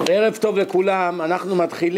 ערב טוב לכולם, אנחנו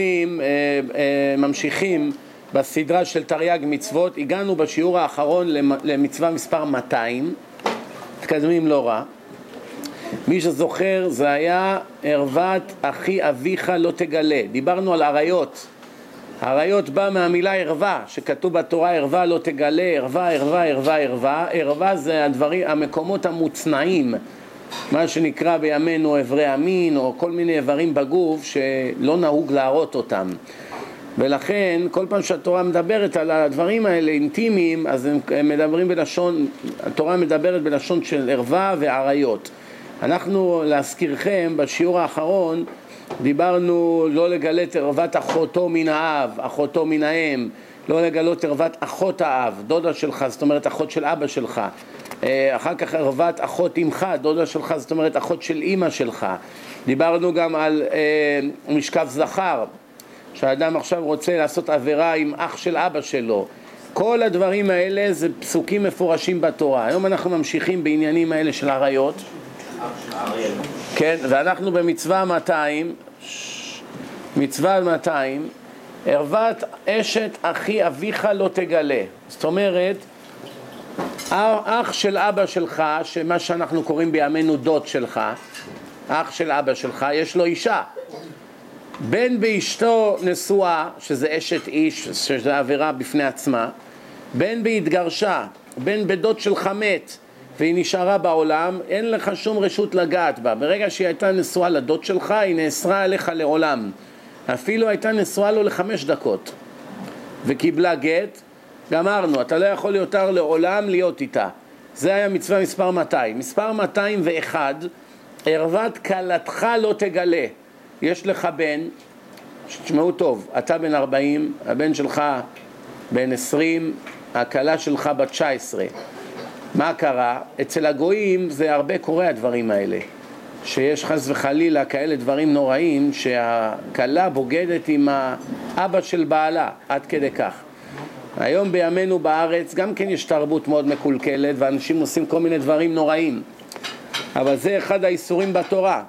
ממשיכים בסדרה של תרי"ג מצוות. הגענו בשיעור האחרון למצווה מספר 200, מתקדמים לא רע. מי שזוכר, זה היה ערוות אחי אביך לא תגלה. דיברנו על עריות. העריות בא מהמילה ערווה, שכתוב בתורה ערווה לא תגלה, ערווה, ערווה, ערווה, ערווה. ערווה זה המקומות המוצנעים, מה שנקרא בימינו איברי המין, או כל מיני איברים בגוף שלא נהוג להראות אותם. ולכן כל פעם שהתורה מדברת על הדברים האלה אינטימיים, אז הם מדברים בלשון, התורה מדברת בלשון של ערווה ועריות. אנחנו, להזכירכם, בשיעור האחרון דיברנו לא לגלות ערוות אחותו מן האב, אחותו מן האם, לא לגלות ערוות אחות האב, דודה שלך, זאת אומרת אחות של אבא שלך. אחר כך ערוות אחות אמך, דודה שלך, זאת אומרת אחות של אמא שלך. דיברנו גם על משכב זכר, שהאדם עכשיו רוצה לעשות עבירה עם אח של אבא שלו. כל הדברים האלה זה פסוקים מפורשים בתורה. היום אנחנו ממשיכים בעניינים האלה של עריות. כן, ואנחנו במצווה 200, מצווה 200, ערוות אשת אחי אביך לא תגלה. זאת אומרת, אח של אבא שלך, שמה שאנחנו קוראים בימינו דוד שלך, אח של אבא שלך, יש לו אישה. בין באשתו נשואה, שזה אשת איש, שזה עבירה בפני עצמה, בין בהתגרשה, בין בדוד שלך מת, והיא נשארה בעולם, אין לך שום רשות לגעת בה. ברגע שהיא הייתה נשואה לדוד שלך, היא נאסרה עליך לעולם. אפילו הייתה נשואה לו ל5 דקות, וקיבלה גט, גמרנו, אתה לא יכול יותר לעולם להיות איתה. זה היה מצווה מספר 200. מספר 201, ערוות כלתך לא תגלה. יש לך בן, תשמעו טוב, אתה בן 40, הבן שלך בן 20, הכלה שלך בת 19. מה קרה? אצל הגויים זה הרבה קורה הדברים האלה, שיש חס וחלילה כאלה דברים נוראים, שהכלה בוגדת עם האבא של בעלה, עד כדי כך. היום בימינו בארץ גם כן יש תרבות מאוד מקולקלת, ואנשים עושים כל מיני דברים נוראים. אבל זה אחד האיסורים בתורה,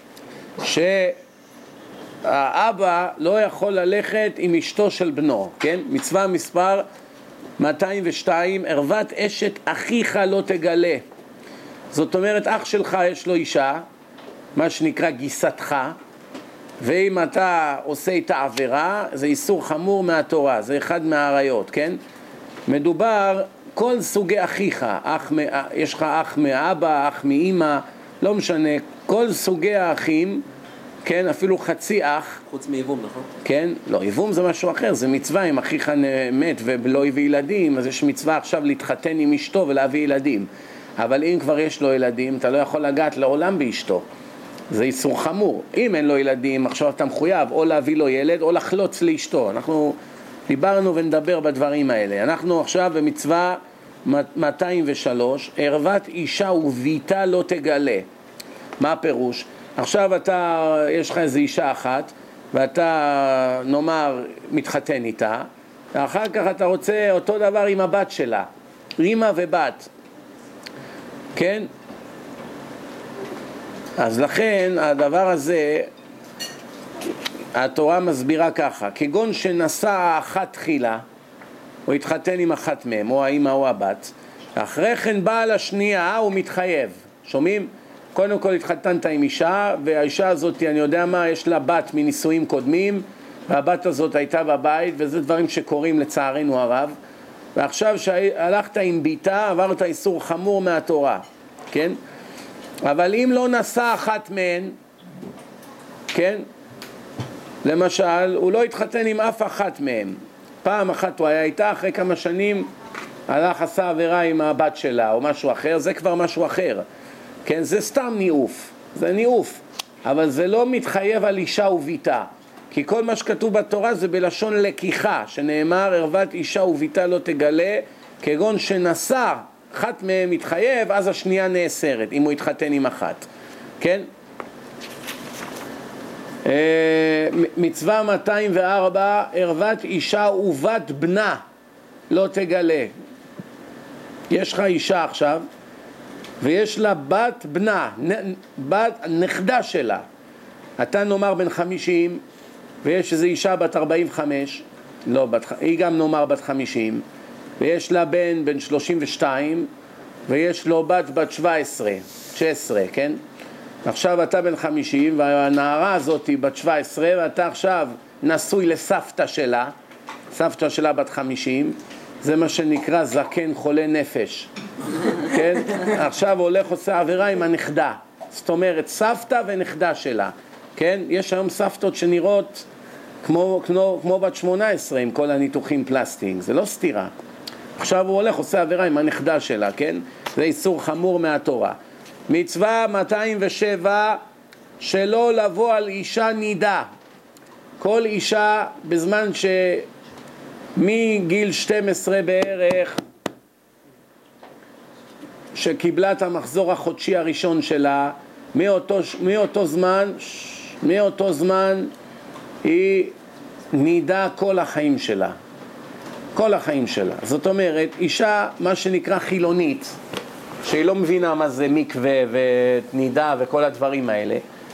שהאבא לא יכול ללכת עם אשתו של בנו, כן? מצווה מספר 202, ערוות אשת אחיך לא תגלה. זאת אומרת, אח שלך יש לו אישה, מה שנקרא גיסתך, ואם אתה עושה איתה עבירה, זה איסור חמור מהתורה, זה אחד מהעריות, כן? מדובר כל סוגי אחיך, יש לך אח מאבא, אח מאמא, לא משנה, כל סוגי האחים, כן, אפילו חצי אח. חוץ מאיבום, נכון? כן, לא, איבום זה משהו אחר, זה מצווה, אם אחיך מת ולא הביא ילדים, אז יש מצווה עכשיו להתחתן עם אשתו ולהביא ילדים. אבל אם כבר יש לו ילדים, אתה לא יכול לגעת לעולם באשתו. זה איסור חמור. אם אין לו ילדים, עכשיו אתה מחויב או להביא לו ילד או לחלוץ לאשתו. אנחנו דיברנו ונדבר בדברים האלה. אנחנו עכשיו במצווה 203, ערוות אישה וביתה לא תגלה. מה הפירוש? עכשיו יש לך איזו אישה אחת, ואתה נאמר מתחתן איתה, ואחר כך אתה רוצה אותו דבר עם הבת שלה, אמא ובת, כן? אז לכן הדבר הזה, התורה מסבירה ככה, כגון שנשא האחת תחילה, הוא התחתן עם אחת מהם, או האמא או הבת, אחרי כן בעל השנייה הוא מתחייב, שומעים? קודם כל התחתנת עם אישה, והאישה הזאת, אני יודע מה, יש לה בת מנישואים קודמים, והבת הזאת הייתה בבית, וזה דברים שקורים לצערנו הרב. ועכשיו שהלכת עם ביתה, עברת איסור חמור מהתורה, כן? אבל אם לא נשא אחת מהן, כן? למשל, הוא לא התחתן עם אף אחת מהן. פעם אחת הוא היה איתה, אחרי כמה שנים הלך עשה עבירה עם הבת שלה, או משהו אחר, זה כבר משהו אחר. כן, זה סתם ניאוף, זה ניאוף, אבל זה לא מתחייב על אישה וביתה, כי כל מה שכתוב בתורה זה בלשון לקיחה, שנאמר ערוות אישה וביתה לא תגלה, כגון שנשא אחת מהם מתחייב, אז השנייה נאסרת, אם הוא יתחתן עם אחת, כן? מצווה 204, ערוות אישה ובת בנה לא תגלה. יש לך אישה עכשיו, ויש לה בת בנה, בת נכדה שלה. אתה נאמר בן 50, ויש איזו אישה בת 45, לא, היא גם נאמר בת 50, ויש לה בן 32, ויש לו בת 17, 16, כן? עכשיו אתה בן 50, והנערה הזאת היא בת 17, ואתה עכשיו נשוי לסבתא שלה, סבתא שלה בת 50, זה מה שנקרא זקן חולה נפש, כן? עכשיו הולך עושה עבירה עם הנכדה, זאת אומרת סבתא ונכדה שלה, כן? יש היום סבתות שנראות כמו בת 18 עם כל הניתוחים פלסטיים, זה לא סתירה. עכשיו הוא הולך עושה עבירה עם הנכדה שלה, כן? זה איסור חמור מהתורה. מצווה 207, שלא לבוא על אישה נידה. כל אישה בזמן מגיל 12 בערך, שקיבלה את המחזור החודשי הראשון שלה, מאותו זמן היא נידה כל החיים שלה. כל החיים שלה. זאת אומרת, אישה, מה שנקרא חילונית, שהיא לא מבינה מה זה מקווה ונידה וכל הדברים האלה,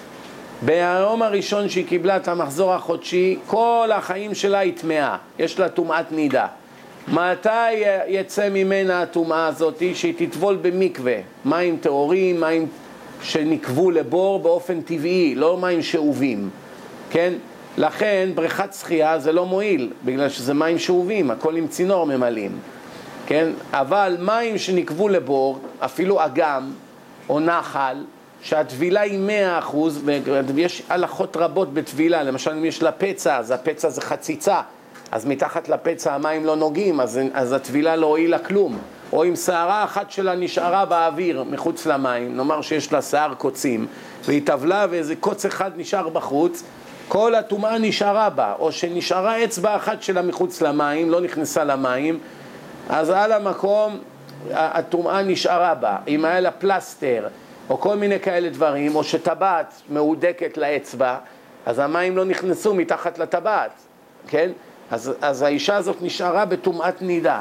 ביום הראשון שהיא קיבלה את המחזור החודשי, כל החיים שלה היא טמאה, יש לה טומאת נידה. מתי יצא ממנה הטומאה הזאת? שהיא תטבול במקווה, מים טהורים, מים שנקבו לבור באופן טבעי, לא מים שאובים, כן? לכן בריכת שחייה זה לא מועיל, בגלל שזה מים שאובים, הכל עם צינור ממלאים, כן? אבל מים שנקבו לבור, אפילו אגם או נחל, שהטבילה היא 100%, ויש הלכות רבות בטבילה, למשל אם יש לה פצע, אז הפצע זה חציצה, אז מתחת לפצע המים לא נוגעים, אז הטבילה לא הועילה כלום. או אם שערה אחת שלה נשארה באוויר מחוץ למים, נאמר שיש לה שיער קוצים, והיא טבלה ואיזה קוץ אחד נשאר בחוץ, כל הטומאה נשארה בה, או שנשארה אצבע אחת שלה מחוץ למים, לא נכנסה למים, אז על המקום הטומאה נשארה בה. אם היה לה פלסטר, או כל מיני כאלה דברים, או שטבעת מהודקת לאצבע, אז המים לא נכנסו מתחת לטבעת, כן? אז האישה הזאת נשארה בטומאת נידה.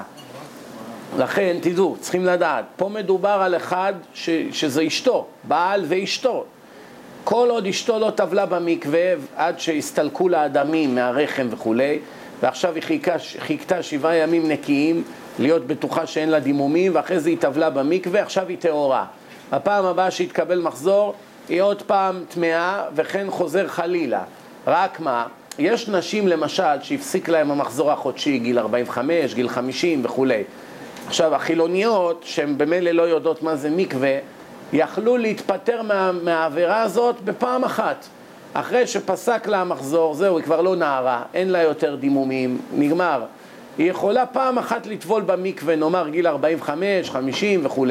לכן, תדעו, צריכים לדעת, פה מדובר על אחד שזה אשתו, בעל ואשתו. כל עוד אשתו לא טבלה במקווה, עד שהסתלקו לה הדמים מהרחם וכו', ועכשיו היא חיכתה 7 ימים נקיים, להיות בטוחה שאין לה דימומים, ואחרי זה היא טבלה במקווה, עכשיו היא טהורה. הפעם הבאה שהתקבל מחזור, היא עוד פעם טמאה, וכן חוזר חלילה. רק מה? יש נשים למשל שהפסיק להם המחזור החודשי, גיל 45, גיל 50 וכו'. עכשיו, החילוניות, שהן במילא לא יודעות מה זה מקווה, יכלו להתפטר מהעבירה הזאת בפעם אחת. אחרי שפסק לה המחזור, זהו, היא כבר לא נערה, אין לה יותר דימומים, נגמר. היא יכולה פעם אחת לטבול במקווה, נאמר גיל 45, 50 וכו'.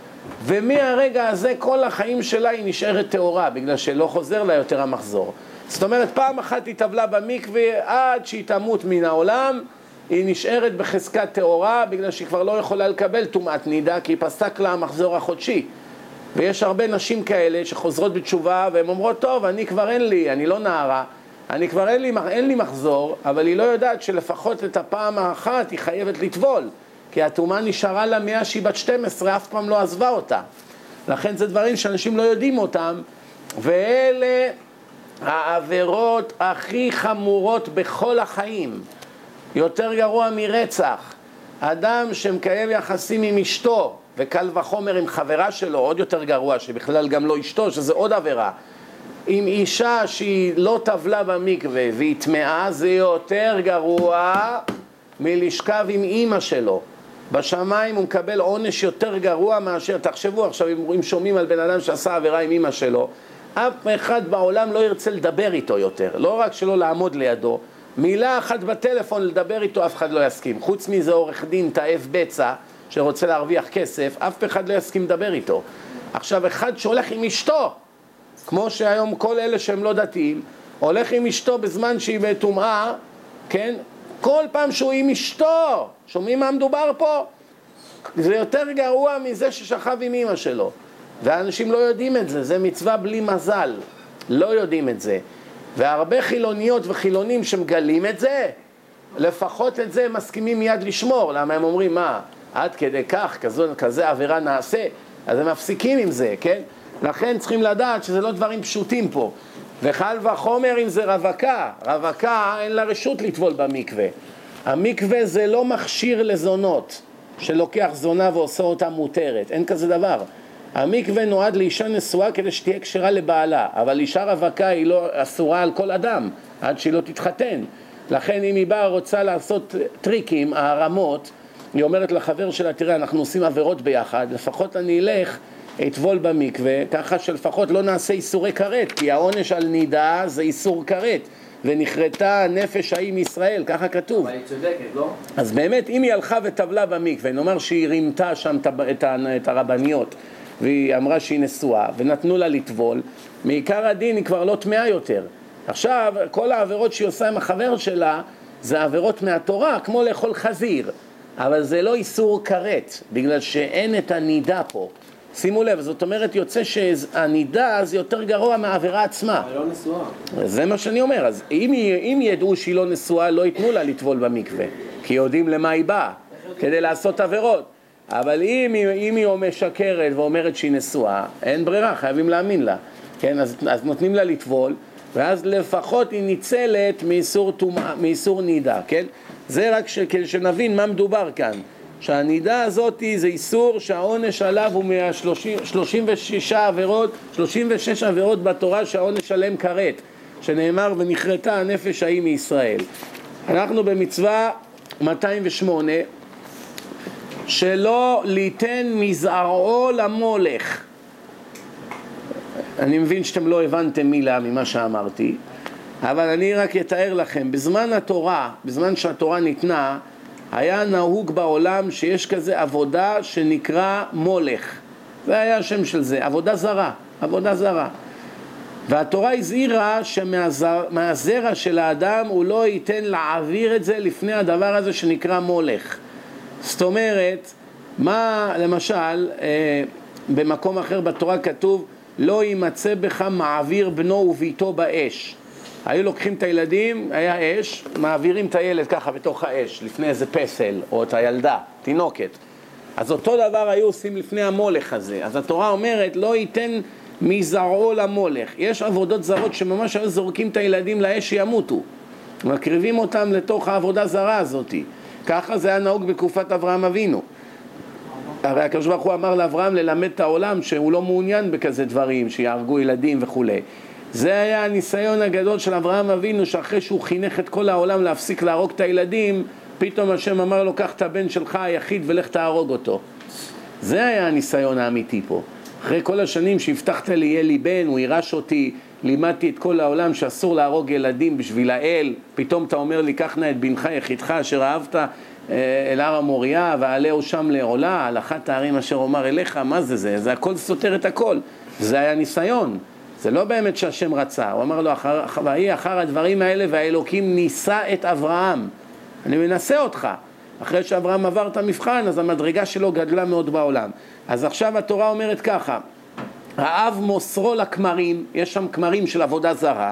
ומהרגע הזה כל החיים שלה היא נשארת טהורה, בגלל שלא חוזר לה יותר המחזור. זאת אומרת, פעם אחת היא טבלה במקווה, עד שהיא תמות מן העולם, היא נשארת בחזקת טהורה, בגלל שהיא כבר לא יכולה לקבל טומאת נידה, כי היא פסק לה המחזור החודשי. ויש הרבה נשים כאלה שחוזרות בתשובה, והן אומרות, טוב, אני כבר אין לי, אני לא נערה, אני כבר אין לי מחזור, אבל היא לא יודעת שלפחות את הפעם האחת היא חייבת לטבול, כי הטומאה נשארה לה מאז שהיא בת 12, אף פעם לא עזבה אותה. לכן זה דברים שאנשים לא יודעים אותם, ואלה העבירות הכי חמורות בכל החיים. יותר גרוע מרצח. אדם שמקיים יחסים עם אשתו, וקל וחומר עם חברה שלו, עוד יותר גרוע, שבכלל גם לא אשתו, שזה עוד עבירה. עם אישה שהיא לא טבלה במקווה והיא טמאה, זה יותר גרוע מלשכב עם אמא שלו. בשמיים הוא מקבל עונש יותר גרוע מאשר, תחשבו עכשיו, אם שומעים על בן אדם שעשה עבירה עם אמא שלו, אף אחד בעולם לא ירצה לדבר איתו יותר, לא רק שלא לעמוד לידו, מילה אחת בטלפון לדבר איתו אף אחד לא יסכים. חוץ מזה עורך דין תאב בצע שרוצה להרוויח כסף, אף אחד לא יסכים לדבר איתו. עכשיו אחד שהולך עם אשתו, כמו שהיום כל אלה שהם לא דתיים, הולך עם אשתו בזמן שהיא בטומאה, כן? כל פעם שהוא עם אשתו, שומעים מה מדובר פה? זה יותר גרוע מזה ששכב עם אמא שלו. ואנשים לא יודעים את זה, זה מצווה בלי מזל, לא יודעים את זה. והרבה חילוניות וחילונים שמגלים את זה, לפחות את זה הם מסכימים מיד לשמור. למה הם אומרים, מה, עד כדי כך, כזה עבירה נעשה, אז הם מפסיקים עם זה, כן? לכן צריכים לדעת שזה לא דברים פשוטים פה. וחל וחומר אם זה רווקה. רווקה אין לה רשות לטבול במקווה. המקווה זה לא מכשיר לזונות, שלוקח זונה ועושה אותה מותרת, אין כזה דבר. המקווה נועד לאישה נשואה כדי שתהיה כשרה לבעלה, אבל אישה רווקה היא לא אסורה על כל אדם, עד שהיא לא תתחתן. לכן אם היא באה רוצה לעשות טריקים, הערמות, היא אומרת לחבר שלה, תראה, אנחנו עושים עבירות ביחד, לפחות אני אלך, אטבול במקווה, ככה שלפחות לא נעשה איסורי כרת, כי העונש על נידה זה איסור כרת, ונחרטה נפש ההיא מישראל, ככה כתוב. אבל היא צודקת, לא? אז באמת, אם היא הלכה וטבלה במקווה, נאמר שהיא רימתה שם את הרבניות, והיא אמרה שהיא נשואה, ונתנו לה לטבול, מעיקר הדין היא כבר לא טמאה יותר. עכשיו, כל העבירות שהיא עושה עם החבר שלה, זה עבירות מהתורה, כמו לאכול חזיר, אבל זה לא איסור כרת, בגלל שאין את הנידה פה. שימו לב, זאת אומרת, יוצא שהנידה זה יותר גרוע מהעבירה עצמה. אבל לא נשואה. זה מה שאני אומר. אז אם ידעו שהיא לא נשואה, לא ייתנו לה לטבול במקווה, כי יודעים למה היא באה, כדי לעשות עבירות. אבל אם היא משקרת ואומרת שהיא נשואה, אין ברירה, חייבים להאמין לה. כן? אז נותנים לה לטבול, ואז לפחות היא ניצלת מאיסור נידה. כן? זה רק כדי שנבין מה מדובר כאן. שהנידה הזאת זה איסור שהעונש עליו הוא 36 עבירות בתורה שהעונש עליהם כרת, שנאמר ונחרטה הנפש ההיא מישראל. אנחנו במצווה 208, שלא ליתן מזרעו למולך. אני מבין שאתם לא הבנתם מילה ממה שאמרתי, אבל אני רק אתאר לכם. בזמן התורה, בזמן שהתורה ניתנה, היה נהוג בעולם שיש כזה עבודה שנקרא מולך. זה היה השם של זה, עבודה זרה. והתורה הזהירה שמהזרע של האדם הוא לא ייתן להעביר את זה לפני הדבר הזה שנקרא מולך. זאת אומרת, מה למשל, במקום אחר בתורה כתוב, לא יימצא בך מעביר בנו וביתו באש. היו לוקחים את הילדים, היה אש, מעבירים את הילד ככה בתוך האש, לפני איזה פסל, או את הילדה, תינוקת. אז אותו דבר היו עושים לפני המולך הזה. אז התורה אומרת, לא ייתן מזרעו למולך. יש עבודות זרות שממש היו זורקים את הילדים לאש שימותו. מקריבים אותם לתוך העבודה זרה הזאת. ככה זה היה נהוג בתקופת אברהם אבינו. הרי הקדוש ברוך הוא אמר לאברהם ללמד את העולם שהוא לא מעוניין בכזה דברים, שיהרגו ילדים וכו'. זה היה הניסיון הגדול של אברהם אבינו, שאחרי שהוא חינך את כל העולם להפסיק להרוג את הילדים, פתאום השם אמר לו, קח את הבן שלך היחיד ולך תהרוג אותו. זה היה הניסיון האמיתי פה. אחרי כל השנים שהבטחת לי יהיה לי בן, הוא יירש אותי, לימדתי את כל העולם שאסור להרוג ילדים בשביל האל, פתאום אתה אומר לי, קח נא את בנך יחידך אשר אהבת אל הר המוריה ועלהו שם לעולה, על אחת הערים אשר אומר אליך. מה זה? זה הכל סותר את הכל. זה היה ניסיון. זה לא באמת שהשם רצה. הוא אמר לו, אחר הדברים האלה והאלוקים ניסה את אברהם. אני מנסה אותך. אחרי שאברהם עבר את המבחן, אז המדרגה שלו גדלה מאוד בעולם. אז עכשיו התורה אומרת ככה, האב מוסרו לכמרים, יש שם כמרים של עבודה זרה,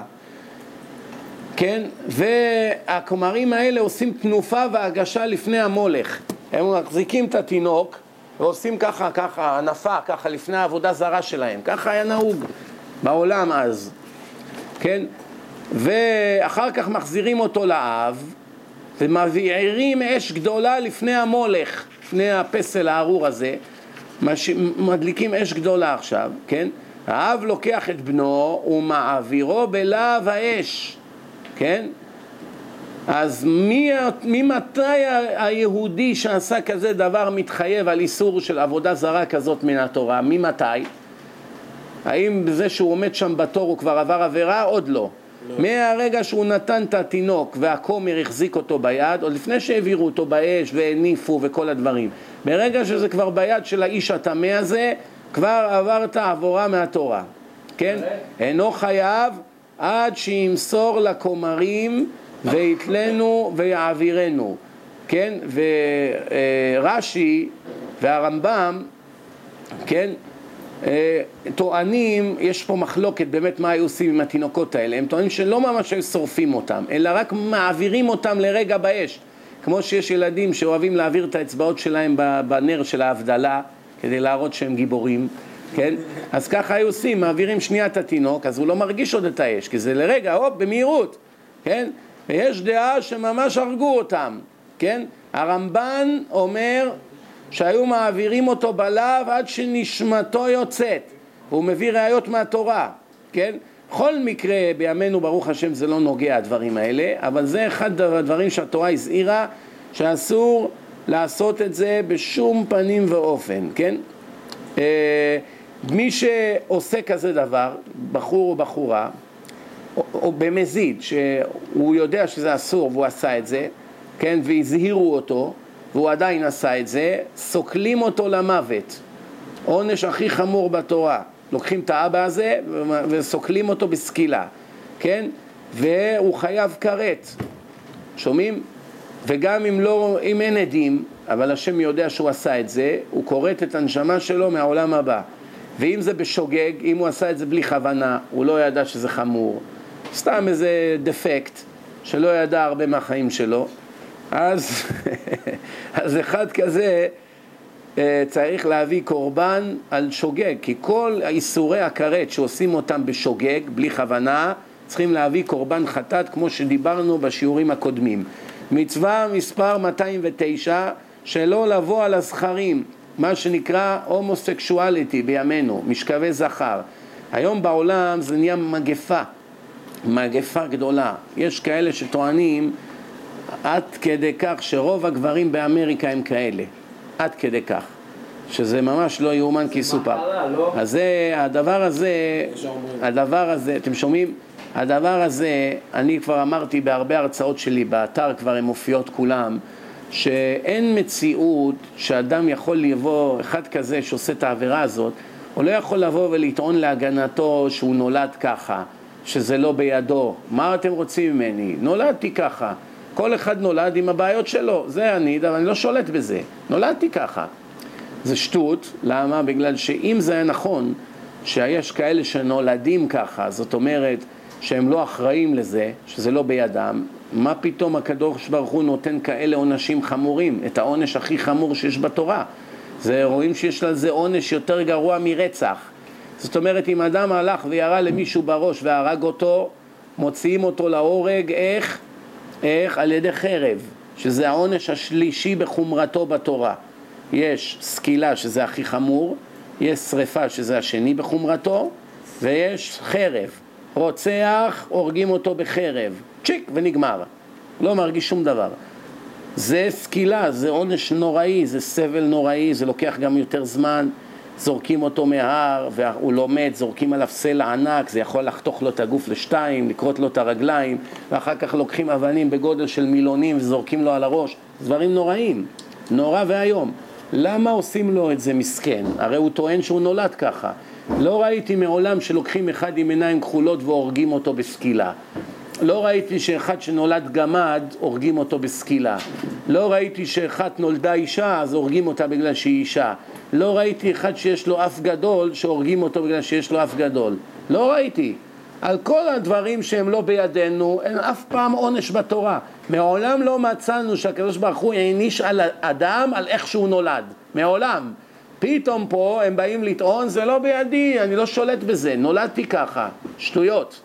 כן? והכמרים האלה עושים תנופה והגשה לפני המולך. הם מחזיקים את התינוק ועושים ככה, ענפה, ככה לפני העבודה זרה שלהם. ככה היה נהוג בעולם אז, כן? ואחר כך מחזירים אותו לאב ומבעירים אש גדולה לפני המולך, לפני הפסל הארור הזה, מדליקים אש גדולה עכשיו, כן? האב לוקח את בנו ומעבירו בלהב האש, כן? אז ממתי היהודי שעשה כזה דבר מתחייב על איסור של עבודה זרה כזאת מן התורה? ממתי? האם בזה שהוא עומד שם בתור הוא כבר עבר עבירה? עוד לא. מהרגע שהוא נתן את התינוק והכומר החזיק אותו ביד, עוד לפני שהעבירו אותו באש והניפו וכל הדברים, ברגע שזה כבר ביד של האיש הטמא הזה, כבר עברת עבורה מהתורה, כן? אינו חייב עד שימסור לכומרים ויתלנו ויעבירנו, כן? ורש"י והרמב"ם, כן? טוענים, יש פה מחלוקת באמת מה היו עושים עם התינוקות האלה. הם טוענים שלא ממש היו שורפים אותם, אלא רק מעבירים אותם לרגע באש, כמו שיש ילדים שאוהבים להעביר את האצבעות שלהם בנר של ההבדלה כדי להראות שהם גיבורים, כן? אז ככה היו עושים, מעבירים שנייה את התינוק, אז הוא לא מרגיש עוד את האש, כי זה לרגע, הופ, במהירות, כן? ויש דעה שממש הרגו אותם, כן? הרמב"ן אומר שהיו מעבירים אותו בלב עד שנשמתו יוצאת, הוא מביא ראיות מהתורה, כן? בכל מקרה בימינו ברוך השם זה לא נוגע הדברים האלה, אבל זה אחד הדברים שהתורה הזהירה שאסור לעשות את זה בשום פנים ואופן, כן? מי שעושה כזה דבר, בחור או בחורה, או במזיד, שהוא יודע שזה אסור והוא עשה את זה, כן? והזהירו אותו, והוא עדיין עשה את זה, סוקלים אותו למוות. עונש הכי חמור בתורה. לוקחים את האבא הזה וסוקלים אותו בסקילה, כן? והוא חייב כרת. שומעים? וגם אם אין עדים, אבל השם יודע שהוא עשה את זה, הוא כורת את הנשמה שלו מהעולם הבא. ואם זה בשוגג, אם הוא עשה את זה בלי כוונה, הוא לא ידע שזה חמור, סתם איזה דפקט שלא ידע הרבה מהחיים שלו, אז אחד כזה צריך להביא קורבן על שוגג, כי כל האיסורי הכרת שעושים אותם בשוגג, בלי כוונה, צריכים להביא קורבן חטאת, כמו שדיברנו בשיעורים הקודמים. מצווה מספר 209, שלא לבוא על הזכרים, מה שנקרא הומוסקשואליטי בימינו, משכבי זכר. היום בעולם זה נהיה מגפה גדולה. יש כאלה שטוענים עד כדי כך שרוב הגברים באמריקה הם כאלה, עד כדי כך, שזה ממש לא יאומן כי סופר. אז זה, הדבר הזה, אתם שומעים? הדבר הזה, אני כבר אמרתי בהרבה הרצאות שלי, באתר כבר הם מופיעות כולם, שאין מציאות שאדם יכול לבוא, אחד כזה שעושה את העבירה הזאת, הוא לא יכול לבוא ולטעון להגנתו שהוא נולד ככה, שזה לא בידו. מה אתם רוצים ממני? נולדתי ככה. כל אחד נולד עם הבעיות שלו, זה אני, אבל אני לא שולט בזה. נולדתי ככה. זה שטות, למה? בגלל שאם זה היה נכון, שיש כאלה שנולדים ככה, זאת אומרת שהם לא אחראים לזה, שזה לא בידם, מה פתאום הקדוש ברוך הוא נותן כאלה עונשים חמורים, את העונש הכי חמור שיש בתורה? זה רואים שיש לזה עונש יותר גרוע מרצח. זאת אומרת, אם אדם הלך וירה למישהו בראש והרג אותו, מוציאים אותו להורג, איך? על ידי חרב, שזה העונש השלישי בחומרתו בתורה. יש סקילה שזה הכי חמור, יש שריפה שזה השני בחומרתו, ויש חרב. רוצח, הורגים אותו בחרב, צ'יק ונגמר, לא מרגיש שום דבר. זה סקילה, זה עונש נוראי, זה סבל נוראי, זה לוקח גם יותר זמן, זורקים אותו מההר והוא לא מת, זורקים עליו סלע ענק, זה יכול לחתוך לו את הגוף לשתיים, לקרות לו את הרגליים, ואחר כך לוקחים אבנים בגודל של מילונים וזורקים לו על הראש. דברים נוראים, נורא והיום. למה עושים לו את זה מסכן? הרי הוא טוען שהוא נולד ככה. לא ראיתי מעולם שלוקחים אחד עם עיניים כחולות והורגים אותו בסקילה. לא ראיתי שאחד שנולד גמד הורגים אותו בסקילה. לא ראיתי שאחד נולדה אישה אז הורגים אותה בגלל שהיא אישה. לא ראיתי אחד שיש לו אף גדול שהורגים אותו בגלל שיש לו אף גדול. לא ראיתי. על כל הדברים שהם לא בידינו אין אף פעם עונש בתורה. מעולם לא מצאנו שהקדוש ברוך הוא העניש על אדם על איך שהוא נולד. מעולם. פתאום פה הם באים לטעון, זה לא בידי, אני לא שולט בזה, נולדתי ככה, שטויות.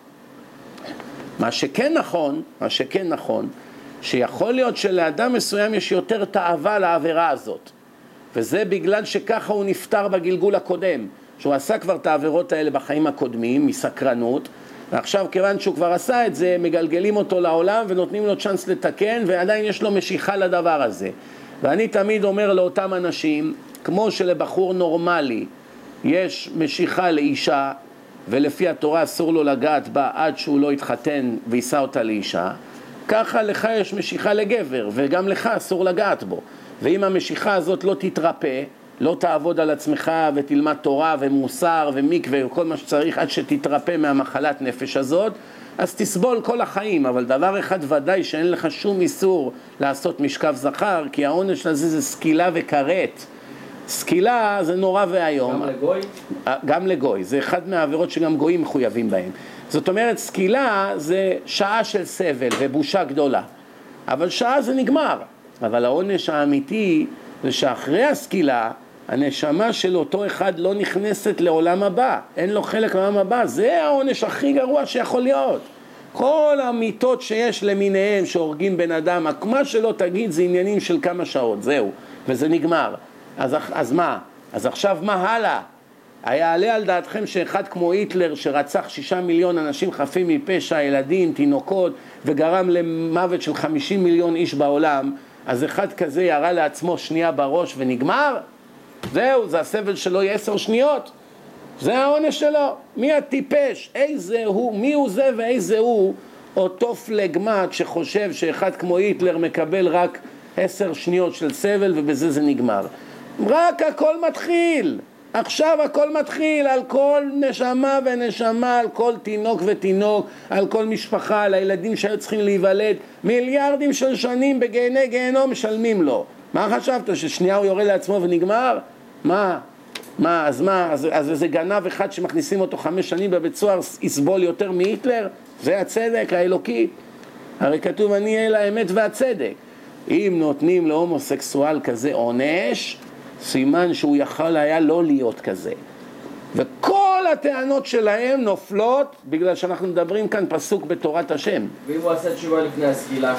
מה שכן נכון, שיכול להיות שלאדם מסוים יש יותר תאווה לעבירה הזאת, וזה בגלל שככה הוא נפטר בגלגול הקודם, שהוא עשה כבר את העבירות האלה בחיים הקודמים, מסקרנות, ועכשיו כיוון שהוא כבר עשה את זה, מגלגלים אותו לעולם ונותנים לו צ'אנס לתקן, ועדיין יש לו משיכה לדבר הזה. ואני תמיד אומר לאותם אנשים, כמו שלבחור נורמלי יש משיכה לאישה, ולפי התורה אסור לו לגעת בה עד שהוא לא יתחתן וישא אותה לאישה, ככה לך יש משיכה לגבר, וגם לך אסור לגעת בו. ואם המשיכה הזאת לא תתרפא, לא תעבוד על עצמך ותלמד תורה ומוסר ומקווה וכל מה שצריך עד שתתרפא מהמחלת נפש הזאת, אז תסבול כל החיים. אבל דבר אחד ודאי שאין לך שום איסור לעשות משכב זכר, כי העונש הזה זה סקילה וכרת. סקילה זה נורא והיום. גם לגוי? גם לגוי, זה אחד מהעבירות שגם גויים מחויבים בהם. זאת אומרת, סקילה זה שעה של סבל ובושה גדולה, אבל שעה זה נגמר. אבל העונש האמיתי זה שאחרי הסקילה הנשמה של אותו אחד לא נכנסת לעולם הבא, אין לו חלק לעולם הבא, זה העונש הכי גרוע שיכול להיות. כל המיטות שיש למיניהם שהורגים בן אדם, מה שלא תגיד זה עניינים של כמה שעות, זהו, וזה נגמר. אז מה? אז עכשיו מה הלאה? היעלה על דעתכם שאחד כמו היטלר שרצח 6 מיליון אנשים חפים מפשע, ילדים, תינוקות, וגרם למוות של 50 מיליון איש בעולם, אז אחד כזה ירה לעצמו שנייה בראש ונגמר? זהו, זה הסבל שלו 10 שניות. זה העונש שלו. מי הטיפש? איזה הוא? מי הוא זה ואיזה הוא? אותו פלגמט שחושב שאחד כמו היטלר מקבל רק 10 שניות של סבל ובזה זה נגמר. רק הכל מתחיל. עכשיו הכל מתחיל, על כל נשמה ונשמה, על כל תינוק ותינוק, על כל משפחה, על הילדים שהיו צריכים להיוולד, מיליארדים של שנים בגיהני גיהנום משלמים לו. מה חשבת? ששנייה הוא יורה לעצמו ונגמר? אז איזה גנב אחד שמכניסים אותו 5 שנים בבית סוהר יסבול יותר מהיטלר? זה הצדק האלוקי. הרי כתוב אני אל האמת והצדק. אם נותנים להומוסקסואל כזה עונש, סימן שהוא יכול היה לא להיות כזה. וכל הטענות שלהם נופלות בגלל שאנחנו מדברים כאן פסוק בתורת השם. ואם הוא עשה תשובה לפני הסקילה?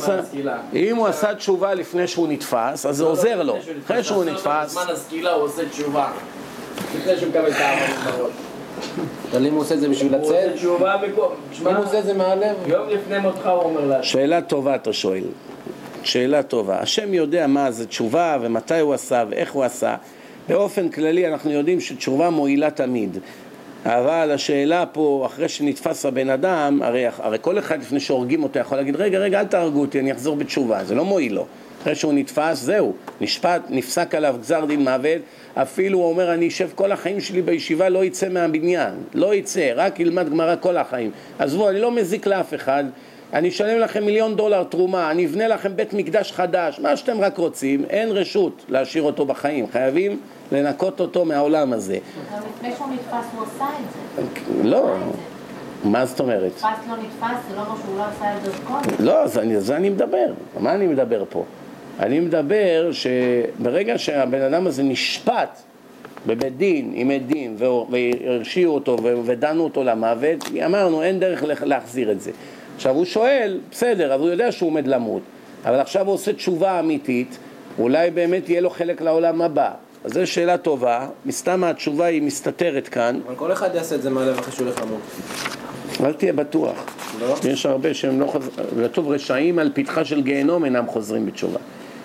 אם הוא עשה תשובה לפני שהוא נתפס, אז זה עוזר לו. אחרי שהוא נתפס... בזמן הסקילה הוא עושה תשובה. לפני שהוא מקבל את העמוד בראש. אבל אם הוא עושה את זה בשביל לצאת? הוא עושה תשובה אם הוא עושה את זה מהלב? יום לפני מותך הוא אומר לה. שאלה טובה אתה שואל. שאלה טובה. השם יודע מה זה תשובה ומתי הוא עשה ואיך הוא עשה. באופן כללי אנחנו יודעים שתשובה מועילה תמיד. אבל השאלה פה, אחרי שנתפס הבן אדם, הרי כל אחד לפני שהורגים אותו יכול להגיד, רגע, אל תהרגו אותי, אני אחזור בתשובה. זה לא מועיל לו. אחרי שהוא נתפס, זהו. נפסק עליו גזר דין מוות. אפילו הוא אומר, אני אשב כל החיים שלי בישיבה, לא יצא מהבניין. לא יצא, רק ילמד גמרא כל החיים. עזבו, אני לא מזיק לאף אחד. אני אשלם לכם $1,000,000 תרומה, אני אבנה לכם בית מקדש חדש, מה שאתם רק רוצים, אין רשות להשאיר אותו בחיים, חייבים לנקות אותו מהעולם הזה. גם לפני שהוא נתפס הוא עשה את זה. לא, מה זאת אומרת? נתפס לא נתפס, זה לא אומר שהוא לא עשה את זה קודם. לא, זה אני מדבר, מה אני מדבר פה? אני מדבר שברגע שהבן אדם הזה נשפט בבית דין, עם עדים, והרשיעו אותו ודנו אותו למוות, אמרנו אין דרך להחזיר את זה. עכשיו הוא שואל, בסדר, אבל הוא יודע שהוא עומד למות, אבל עכשיו הוא עושה תשובה אמיתית, אולי באמת יהיה לו חלק לעולם הבא. אז זו שאלה טובה, מסתם התשובה היא מסתתרת כאן. אבל כל אחד יעשה את זה מהלב אחרי שהוא הולך למות. אל תהיה בטוח. לא? יש הרבה שהם לא חוזרים, כתוב רשעים על פתחה של גיהנום אינם חוזרים בתשובה.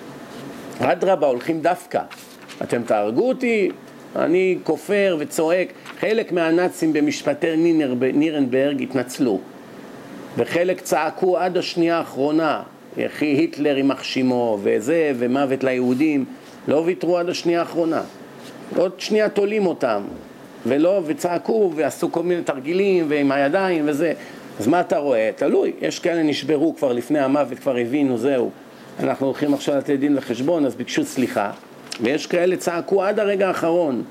אדרבה, הולכים דווקא. אתם תהרגו אותי, אני כופר וצועק. חלק מהנאצים במשפטי נירנברג התנצלו. וחלק צעקו עד השנייה האחרונה, אחי היטלר עם מחשימו וזה, ומוות ליהודים, לא ויתרו עד השנייה האחרונה. עוד שנייה תולים אותם, וצעקו ועשו כל מיני תרגילים ועם הידיים וזה. אז מה אתה רואה? תלוי, יש כאלה נשברו כבר לפני המוות, כבר הבינו, זהו. אנחנו הולכים עכשיו לתת דין וחשבון, אז ביקשו סליחה. ויש כאלה צעקו עד הרגע האחרון.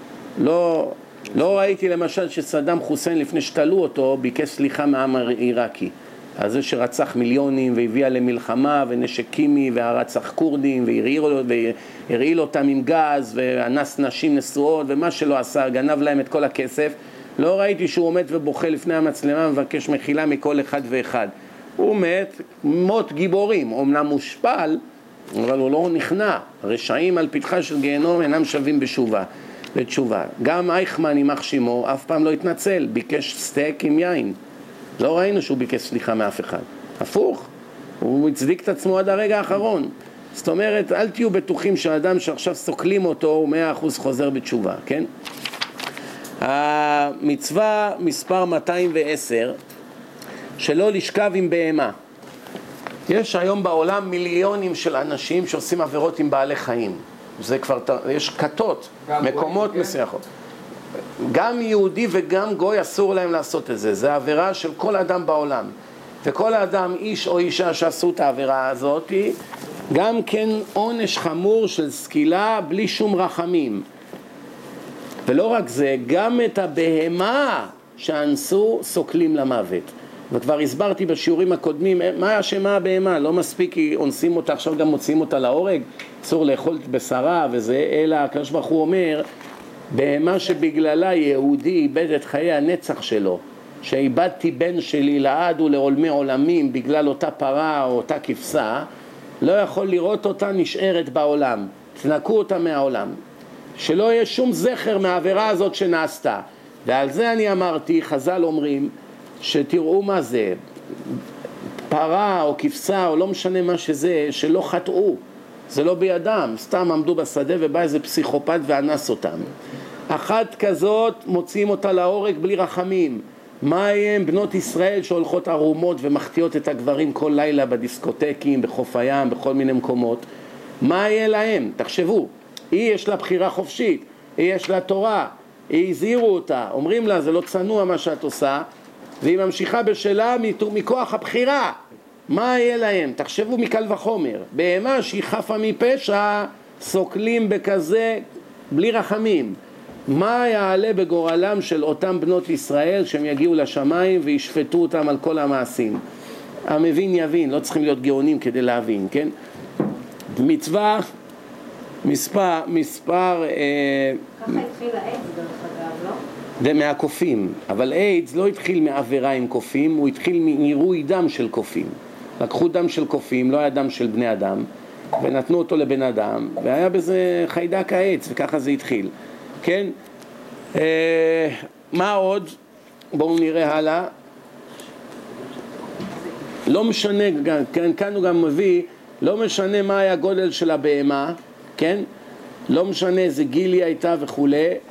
לא ראיתי למשל שסדאם חוסיין לפני שתלו אותו ביקש סליחה מהעם העיראקי. על זה שרצח מיליונים והביאה למלחמה ונשק קימי והרצח קורדים והרעיל אותם עם גז ואנס נשים נשואות ומה שלא עשה, גנב להם את כל הכסף. לא ראיתי שהוא עומד ובוכה לפני המצלמה ומבקש מחילה מכל אחד ואחד. הוא מת מות גיבורים, אומנם מושפל, אבל הוא לא נכנע. רשעים על פתחה של גיהנום אינם שווים בתשובה. גם אייכמן עם מחשימו אף פעם לא התנצל, ביקש סטייק עם יין. לא ראינו שהוא ביקש סליחה מאף אחד. הפוך, הוא הצדיק את עצמו עד הרגע האחרון. זאת אומרת, אל תהיו בטוחים שהאדם שעכשיו סוקלים אותו הוא 100% חוזר בתשובה, כן? המצווה מספר 210, שלא לשכב עם בהמה. יש היום בעולם מיליונים של אנשים שעושים עבירות עם בעלי חיים. זה כבר, יש כתות, מקומות מסוימות. גם יהודי וגם גוי אסור להם לעשות את זה. זה עבירה של כל אדם בעולם. וכל אדם, איש או אישה שעשו את העבירה הזאת, גם כן עונש חמור של סקילה בלי שום רחמים. ולא רק זה, גם את הבהמה שאנסו סוקלים למוות. וכבר הסברתי בשיעורים הקודמים, מה אשמה הבהמה? לא מספיק כי אונסים אותה, עכשיו גם מוציאים אותה להורג, אסור לאכול את בשרה וזה, אלא הקדוש ברוך הוא אומר, בהמה שבגללה יהודי איבד את חיי הנצח שלו, שאיבדתי בן שלי לעד ולעולמי עולמים בגלל אותה פרה או אותה כבשה, לא יכול לראות אותה נשארת בעולם, תנקו אותה מהעולם, שלא יהיה שום זכר מהעבירה הזאת שנעשתה. ועל זה אני אמרתי, חז"ל אומרים, שתראו מה זה, פרה או כבשה או לא משנה מה שזה, שלא חטאו, זה לא בידם, סתם עמדו בשדה ובא איזה פסיכופת ואנס אותם. אחת כזאת מוציאים אותה להורג בלי רחמים. מה יהיה עם בנות ישראל שהולכות ערומות ומחטיאות את הגברים כל לילה בדיסקוטקים, בחוף הים, בכל מיני מקומות? מה יהיה להם? תחשבו, היא יש לה בחירה חופשית, היא יש לה תורה, היא הזהירו אותה, אומרים לה זה לא צנוע מה שאת עושה, והיא ממשיכה בשלה מכוח הבחירה. מה יהיה להם? תחשבו מקל וחומר, בהמה שהיא חפה מפשע סוקלים בכזה בלי רחמים. מה יעלה בגורלם של אותם בנות ישראל שהם יגיעו לשמיים וישפטו אותם על כל המעשים? המבין יבין, לא צריכים להיות גאונים כדי להבין, כן? מצווה מספר ככה התחיל האיידס דרך אגב, לא? זה מהקופים, אבל איידס לא התחיל מעבירה עם קופים, הוא התחיל מעירוי דם של קופים. לקחו דם של קופים, לא היה דם של בני אדם, ונתנו אותו לבן אדם, והיה בזה חיידק האיידס, וככה זה התחיל, כן? מה עוד? בואו נראה הלאה. לא משנה, כאן הוא גם מביא, לא משנה מה היה גודל של הבהמה, כן? לא משנה איזה גיל היא הייתה וכו'.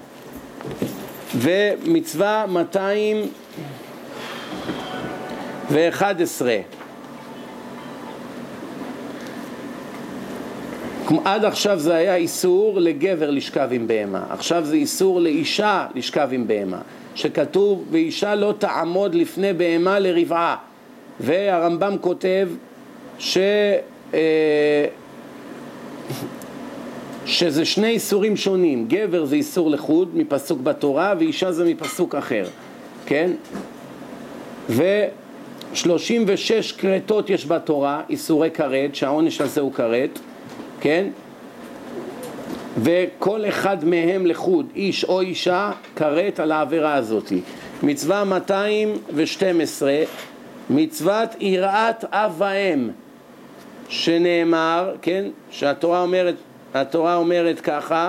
ומצווה 211. עד עכשיו זה היה איסור לגבר לשכב עם בהמה, עכשיו זה איסור לאישה לשכב עם בהמה, שכתוב ואישה לא תעמוד לפני בהמה לרבעה. והרמב"ם כותב שזה שני איסורים שונים, גבר זה איסור לחוד מפסוק בתורה ואישה זה מפסוק אחר, כן? ו36 קרטות יש בתורה, איסורי קרט, שהעונש הזה הוא קרט, כן? וכל אחד מהם לחוד, איש או אישה, קרט על העבירה הזאת. מצווה 212, מצוות יראת אב ואם, שנאמר, כן? שהתורה אומרת ככה,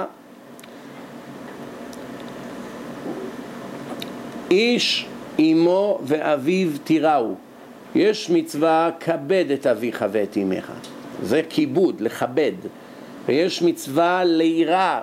איש אמו ואביו תיראו. יש מצווה כבד את אביך ואת אמך, זה כיבוד, לכבד. ויש מצווה ליראה,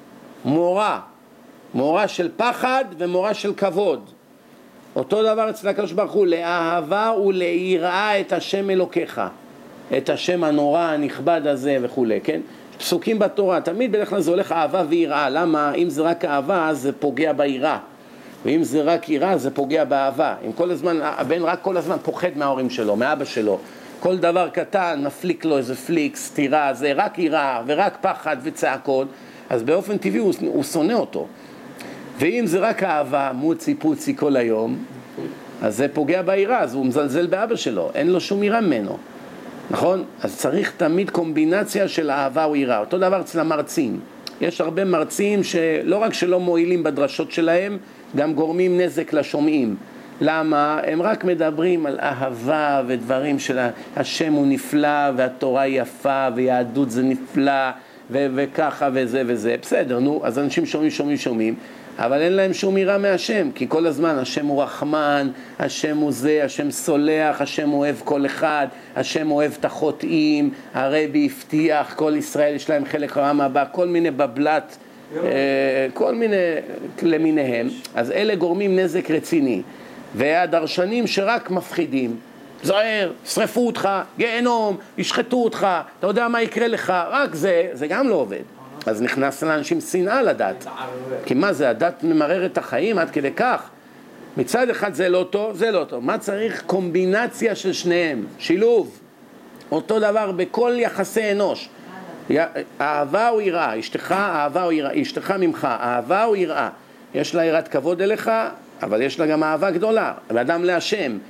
מורה של פחד ומורה של כבוד. אותו דבר אצל הקדוש ברוך הוא, לאהבה וליראה את השם אלוקיך, את השם הנורא הנכבד הזה וכו', כן? פסוקים בתורה, תמיד בדרך כלל זה הולך אהבה ויראה. למה? אם זה רק אהבה זה פוגע ביראה, ואם זה רק יראה זה פוגע באהבה. אם כל הזמן, הבן רק כל הזמן פוחד מההורים שלו, מאבא שלו, כל דבר קטן מפליק לו איזה פליקס, תירה, זה רק יראה ורק פחד וצעקות, אז באופן טבעי הוא שונא אותו. ואם זה רק אהבה, מוצי פוצי כל היום, אז זה פוגע ביראה, אז הוא מזלזל באבא שלו, אין לו שום יראה ממנו, נכון? אז צריך תמיד קומבינציה של אהבה או יראה. אותו דבר אצל המרצים, יש הרבה מרצים שלא רק שלא מועילים בדרשות שלהם, גם גורמים נזק לשומעים. למה? הם רק מדברים על אהבה ודברים של השם הוא נפלא והתורה היא יפה ויהדות זה נפלא וככה וזה וזה. בסדר, נו, אז אנשים שומעים, אבל אין להם שום יראה מהשם, כי כל הזמן השם הוא רחמן, השם הוא זה, השם סולח, השם אוהב כל אחד, השם אוהב את החוטאים, הרבי הבטיח, כל ישראל יש להם חלק רם הבא, כל מיני בבלת, כל מיני למיניהם. אז אלה גורמים נזק רציני, והדרשנים שרק מפחידים, זוהר, שרפו אותך, גיהנום, ישחטו אותך, אתה יודע מה יקרה לך, רק זה גם לא עובד. אז נכנס לאנשים שנאה לדת, כי מה זה, הדת ממררת את החיים עד כדי כך. מצד אחד זה לא טוב, זה לא טוב. מה צריך? קומבינציה של שניהם, שילוב. אותו דבר בכל יחסי אנוש. אהבה או יראה, אשתך אהבה או יראה, אשתך ממך אהבה או יראה. יש לה יראת כבוד אליך, אבל יש לה גם אהבה גדולה, ואדם להשם.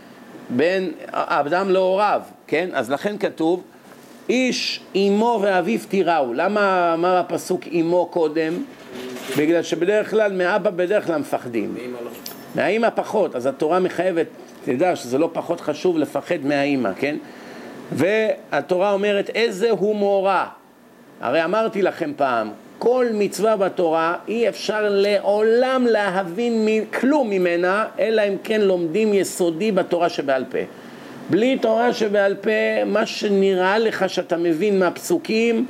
בין אדם להוריו, כן? אז לכן כתוב, איש אמו ואביו תיראו. למה אמר הפסוק אמו קודם? בגלל שבדרך כלל מאבא בדרך כלל מפחדים. מהאמא פחות, אז התורה מחייבת, תדע שזה לא פחות חשוב לפחד מהאמא, כן? והתורה אומרת איזה הוא מורה. הרי אמרתי לכם פעם, כל מצווה בתורה אי אפשר לעולם להבין כלום ממנה, אלא אם כן לומדים יסודי בתורה שבעל פה. בלי תורה שבעל פה, מה שנראה לך שאתה מבין מהפסוקים,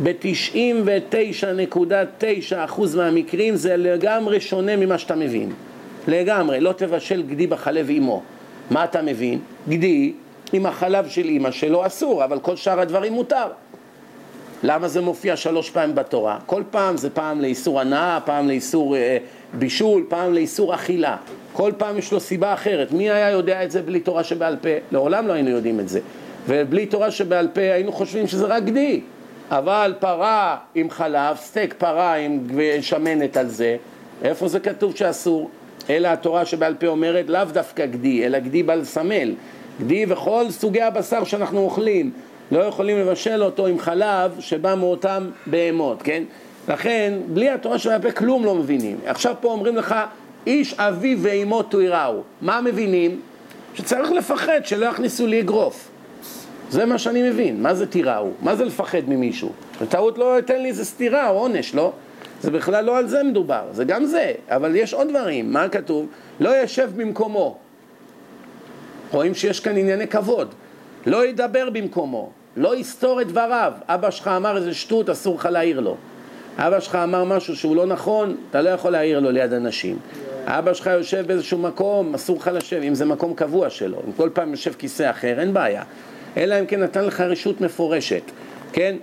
ב-99.9% מהמקרים זה לגמרי שונה ממה שאתה מבין. לגמרי, לא תבשל גדי בחלב אמו. מה אתה מבין? גדי עם החלב של אמא שלו אסור, אבל כל שאר הדברים מותר. למה זה מופיע 3 פעמים בתורה? כל פעם זה פעם לאיסור הנאה, פעם לאיסור בישול, פעם לאיסור אכילה. כל פעם יש לו סיבה אחרת. מי היה יודע את זה בלי תורה שבעל פה? לעולם לא היינו יודעים את זה. ובלי תורה שבעל פה היינו חושבים שזה רק גדי. אבל פרה עם חלב, סטייק פרה עם שמנת על זה, איפה זה כתוב שאסור? אלא התורה שבעל פה אומרת לאו דווקא גדי, אלא גדי בעל סמל. גדי וכל סוגי הבשר שאנחנו אוכלים, לא יכולים לבשל אותו עם חלב שבא מאותם בהמות, כן? לכן, בלי התורה שבעל פה כלום לא מבינים. עכשיו פה אומרים לך, איש אביו ואמו תיראו. מה מבינים? שצריך לפחד שלא יכניסו לי אגרוף. זה מה שאני מבין. מה זה תיראו? מה זה לפחד ממישהו? בטעות לא ייתן לי איזה סתירה או עונש, לא? זה בכלל לא על זה מדובר. זה גם זה. אבל יש עוד דברים. מה כתוב? לא ישב במקומו. רואים שיש כאן ענייני כבוד. לא ידבר במקומו. לא יסתור את דבריו. אבא שלך אמר איזה שטות, אסור לך להעיר לו. אבא שלך אמר משהו שהוא לא נכון, אתה לא יכול להעיר לו ליד אנשים. אבא שלך יושב באיזשהו מקום, אסור לך לשב, אם זה מקום קבוע שלו. אם כל פעם יושב כיסא אחר, אין בעיה. אלא אם כן נתן לך רשות מפורשת, כן?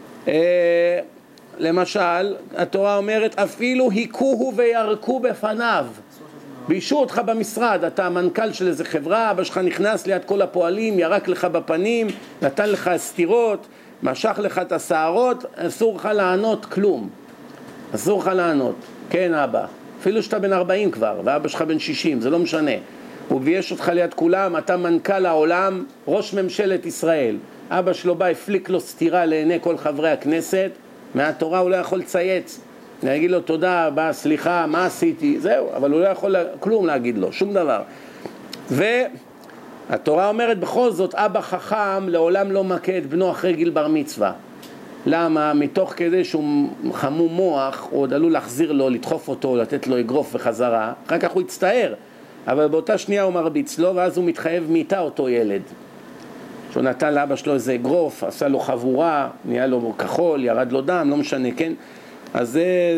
למשל, התורה אומרת, אפילו היכוהו וירקו בפניו. בישו אותך במשרד, אתה המנכ"ל של איזה חברה, אבא שלך נכנס ליד כל הפועלים, ירק לך בפנים, נתן לך סתירות, משך לך את השערות, אסור לך לענות כלום. אסור לך לענות. כן אבא, אפילו שאתה בן 40 כבר, ואבא שלך בן 60, זה לא משנה. הוא בייש אותך ליד כולם, אתה מנכ"ל העולם, ראש ממשלת ישראל. אבא שלו בא, הפליק לו סתירה לעיני כל חברי הכנסת, מהתורה הוא לא יכול לצייץ. להגיד לו תודה, בא, סליחה, מה עשיתי? זהו, אבל הוא לא יכול כלום להגיד לו, שום דבר. והתורה אומרת בכל זאת, אבא חכם לעולם לא מכה את בנו אחרי גיל בר מצווה. למה? מתוך כדי שהוא חמום מוח, הוא עוד עלול להחזיר לו, לדחוף אותו, לתת לו אגרוף בחזרה, אחר כך הוא יצטער. אבל באותה שנייה הוא מרביץ לו, ואז הוא מתחייב מיתה אותו ילד. שהוא נתן לאבא שלו איזה אגרוף, עשה לו חבורה, נהיה לו כחול, ירד לו דם, לא משנה, כן? אז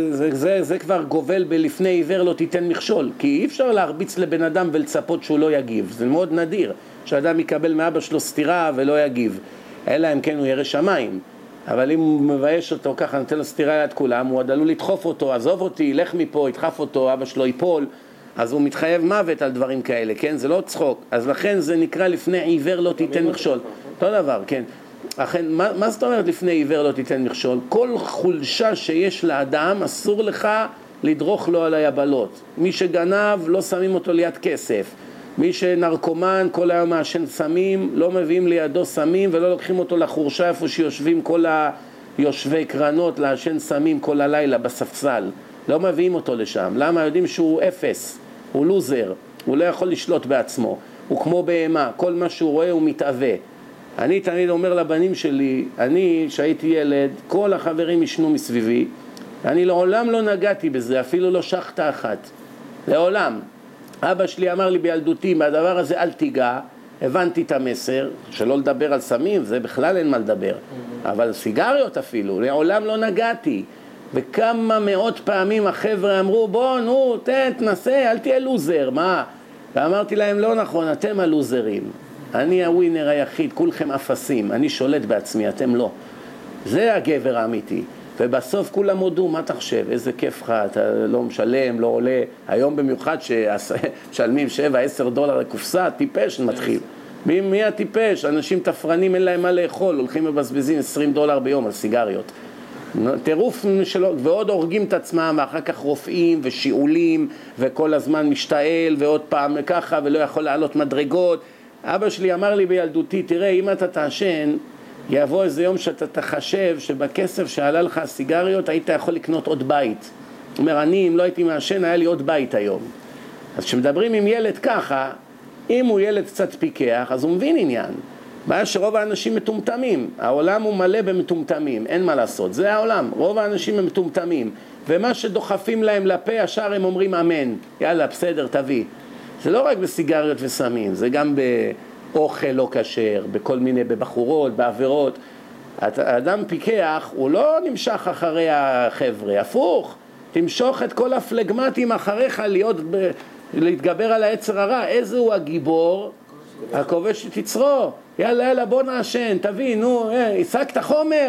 זה כבר גובל בלפני עיוור לא תיתן מכשול, כי אי אפשר להרביץ לבן אדם ולצפות שהוא לא יגיב. זה מאוד נדיר שאדם יקבל מאבא שלו סתירה ולא יגיב, אלא אם כן הוא ירא שמיים. אבל אם הוא מבייש אותו ככה, נתן לו סתירה ליד כולם, הוא עוד עלול לדחוף אותו, עזוב אותי, לך מפה, ידחף אותו, אבא שלו ייפול, אז הוא מתחייב מוות על דברים כאלה, כן? זה לא צחוק. אז לכן זה נקרא לפני עיוור לא תיתן מכשול. אותו דבר, כן. לכן, מה זאת אומרת לפני עיוור לא תיתן מכשול? כל חולשה שיש לאדם, אסור לך לדרוך לו על היבלות. מי שגנב, לא שמים אותו ליד כסף. מי שנרקומן, כל היום מעשן סמים, לא מביאים לידו סמים ולא לוקחים אותו לחורשה איפה שיושבים כל היושבי קרנות לעשן סמים כל הלילה בספסל. לא מביאים אותו לשם. למה? יודעים שהוא אפס, הוא לוזר, הוא לא יכול לשלוט בעצמו. הוא כמו בהמה, כל מה שהוא רואה הוא מתאווה. אני תמיד אומר לבנים שלי, אני שהייתי ילד, כל החברים ישנו מסביבי, אני לעולם לא נגעתי בזה, אפילו לא שחטה אחת. לעולם. אבא שלי אמר לי בילדותי, מהדבר הזה אל תיגע, הבנתי את המסר, שלא לדבר על סמים, זה בכלל אין מה לדבר. אבל סיגריות אפילו, לעולם לא נגעתי. וכמה מאות פעמים החבר'ה אמרו, בוא, נו, תנסה, אל תהיה לוזר, מה? ואמרתי להם, לא נכון, אתם הלוזרים. אני הווינר היחיד, כולכם אפסים, אני שולט בעצמי, אתם לא. זה הגבר האמיתי. ובסוף כולם הודו, מה תחשב? איזה כיף לך, אתה לא משלם, לא עולה. היום במיוחד שמשלמים $7-10 לקופסה, טיפש מתחיל. מי הטיפש? אנשים תפרנים, אין להם מה לאכול, הולכים ובזבזים $20 ביום על סיגריות. טירוף שלו, ועוד הורגים את עצמם, ואחר כך רופאים ושיעולים, וכל הזמן משתעל, ועוד פעם ככה, ולא יכול לעלות מדרגות. אבא שלי אמר לי בילדותי, תראה, אם אתה תעשן, יבוא איזה יום שאתה תחשב שבכסף שעלה לך הסיגריות היית יכול לקנות עוד בית. הוא אומר, אם לא הייתי מעשן, היה לי עוד בית היום. אז כשמדברים עם ילד ככה, אם הוא ילד קצת פיקח, אז הוא מבין עניין. בעיה שרוב האנשים מטומטמים, העולם הוא מלא במטומטמים, אין מה לעשות, זה העולם, רוב האנשים הם מטומטמים, ומה שדוחפים להם לפה, השאר הם אומרים אמן, יאללה בסדר תביא. זה לא רק בסיגריות וסמים, זה גם באוכל לא כשר, בכל מיני, בבחורות, בעבירות. האדם פיקח, הוא לא נמשך אחרי החבר'ה, הפוך, תמשוך את כל הפלגמטים אחריך להתגבר על היצר הרע. איזה הוא הגיבור? הכובש את יצרו. יאללה בוא נעשן, תביא, נו, השגת חומר?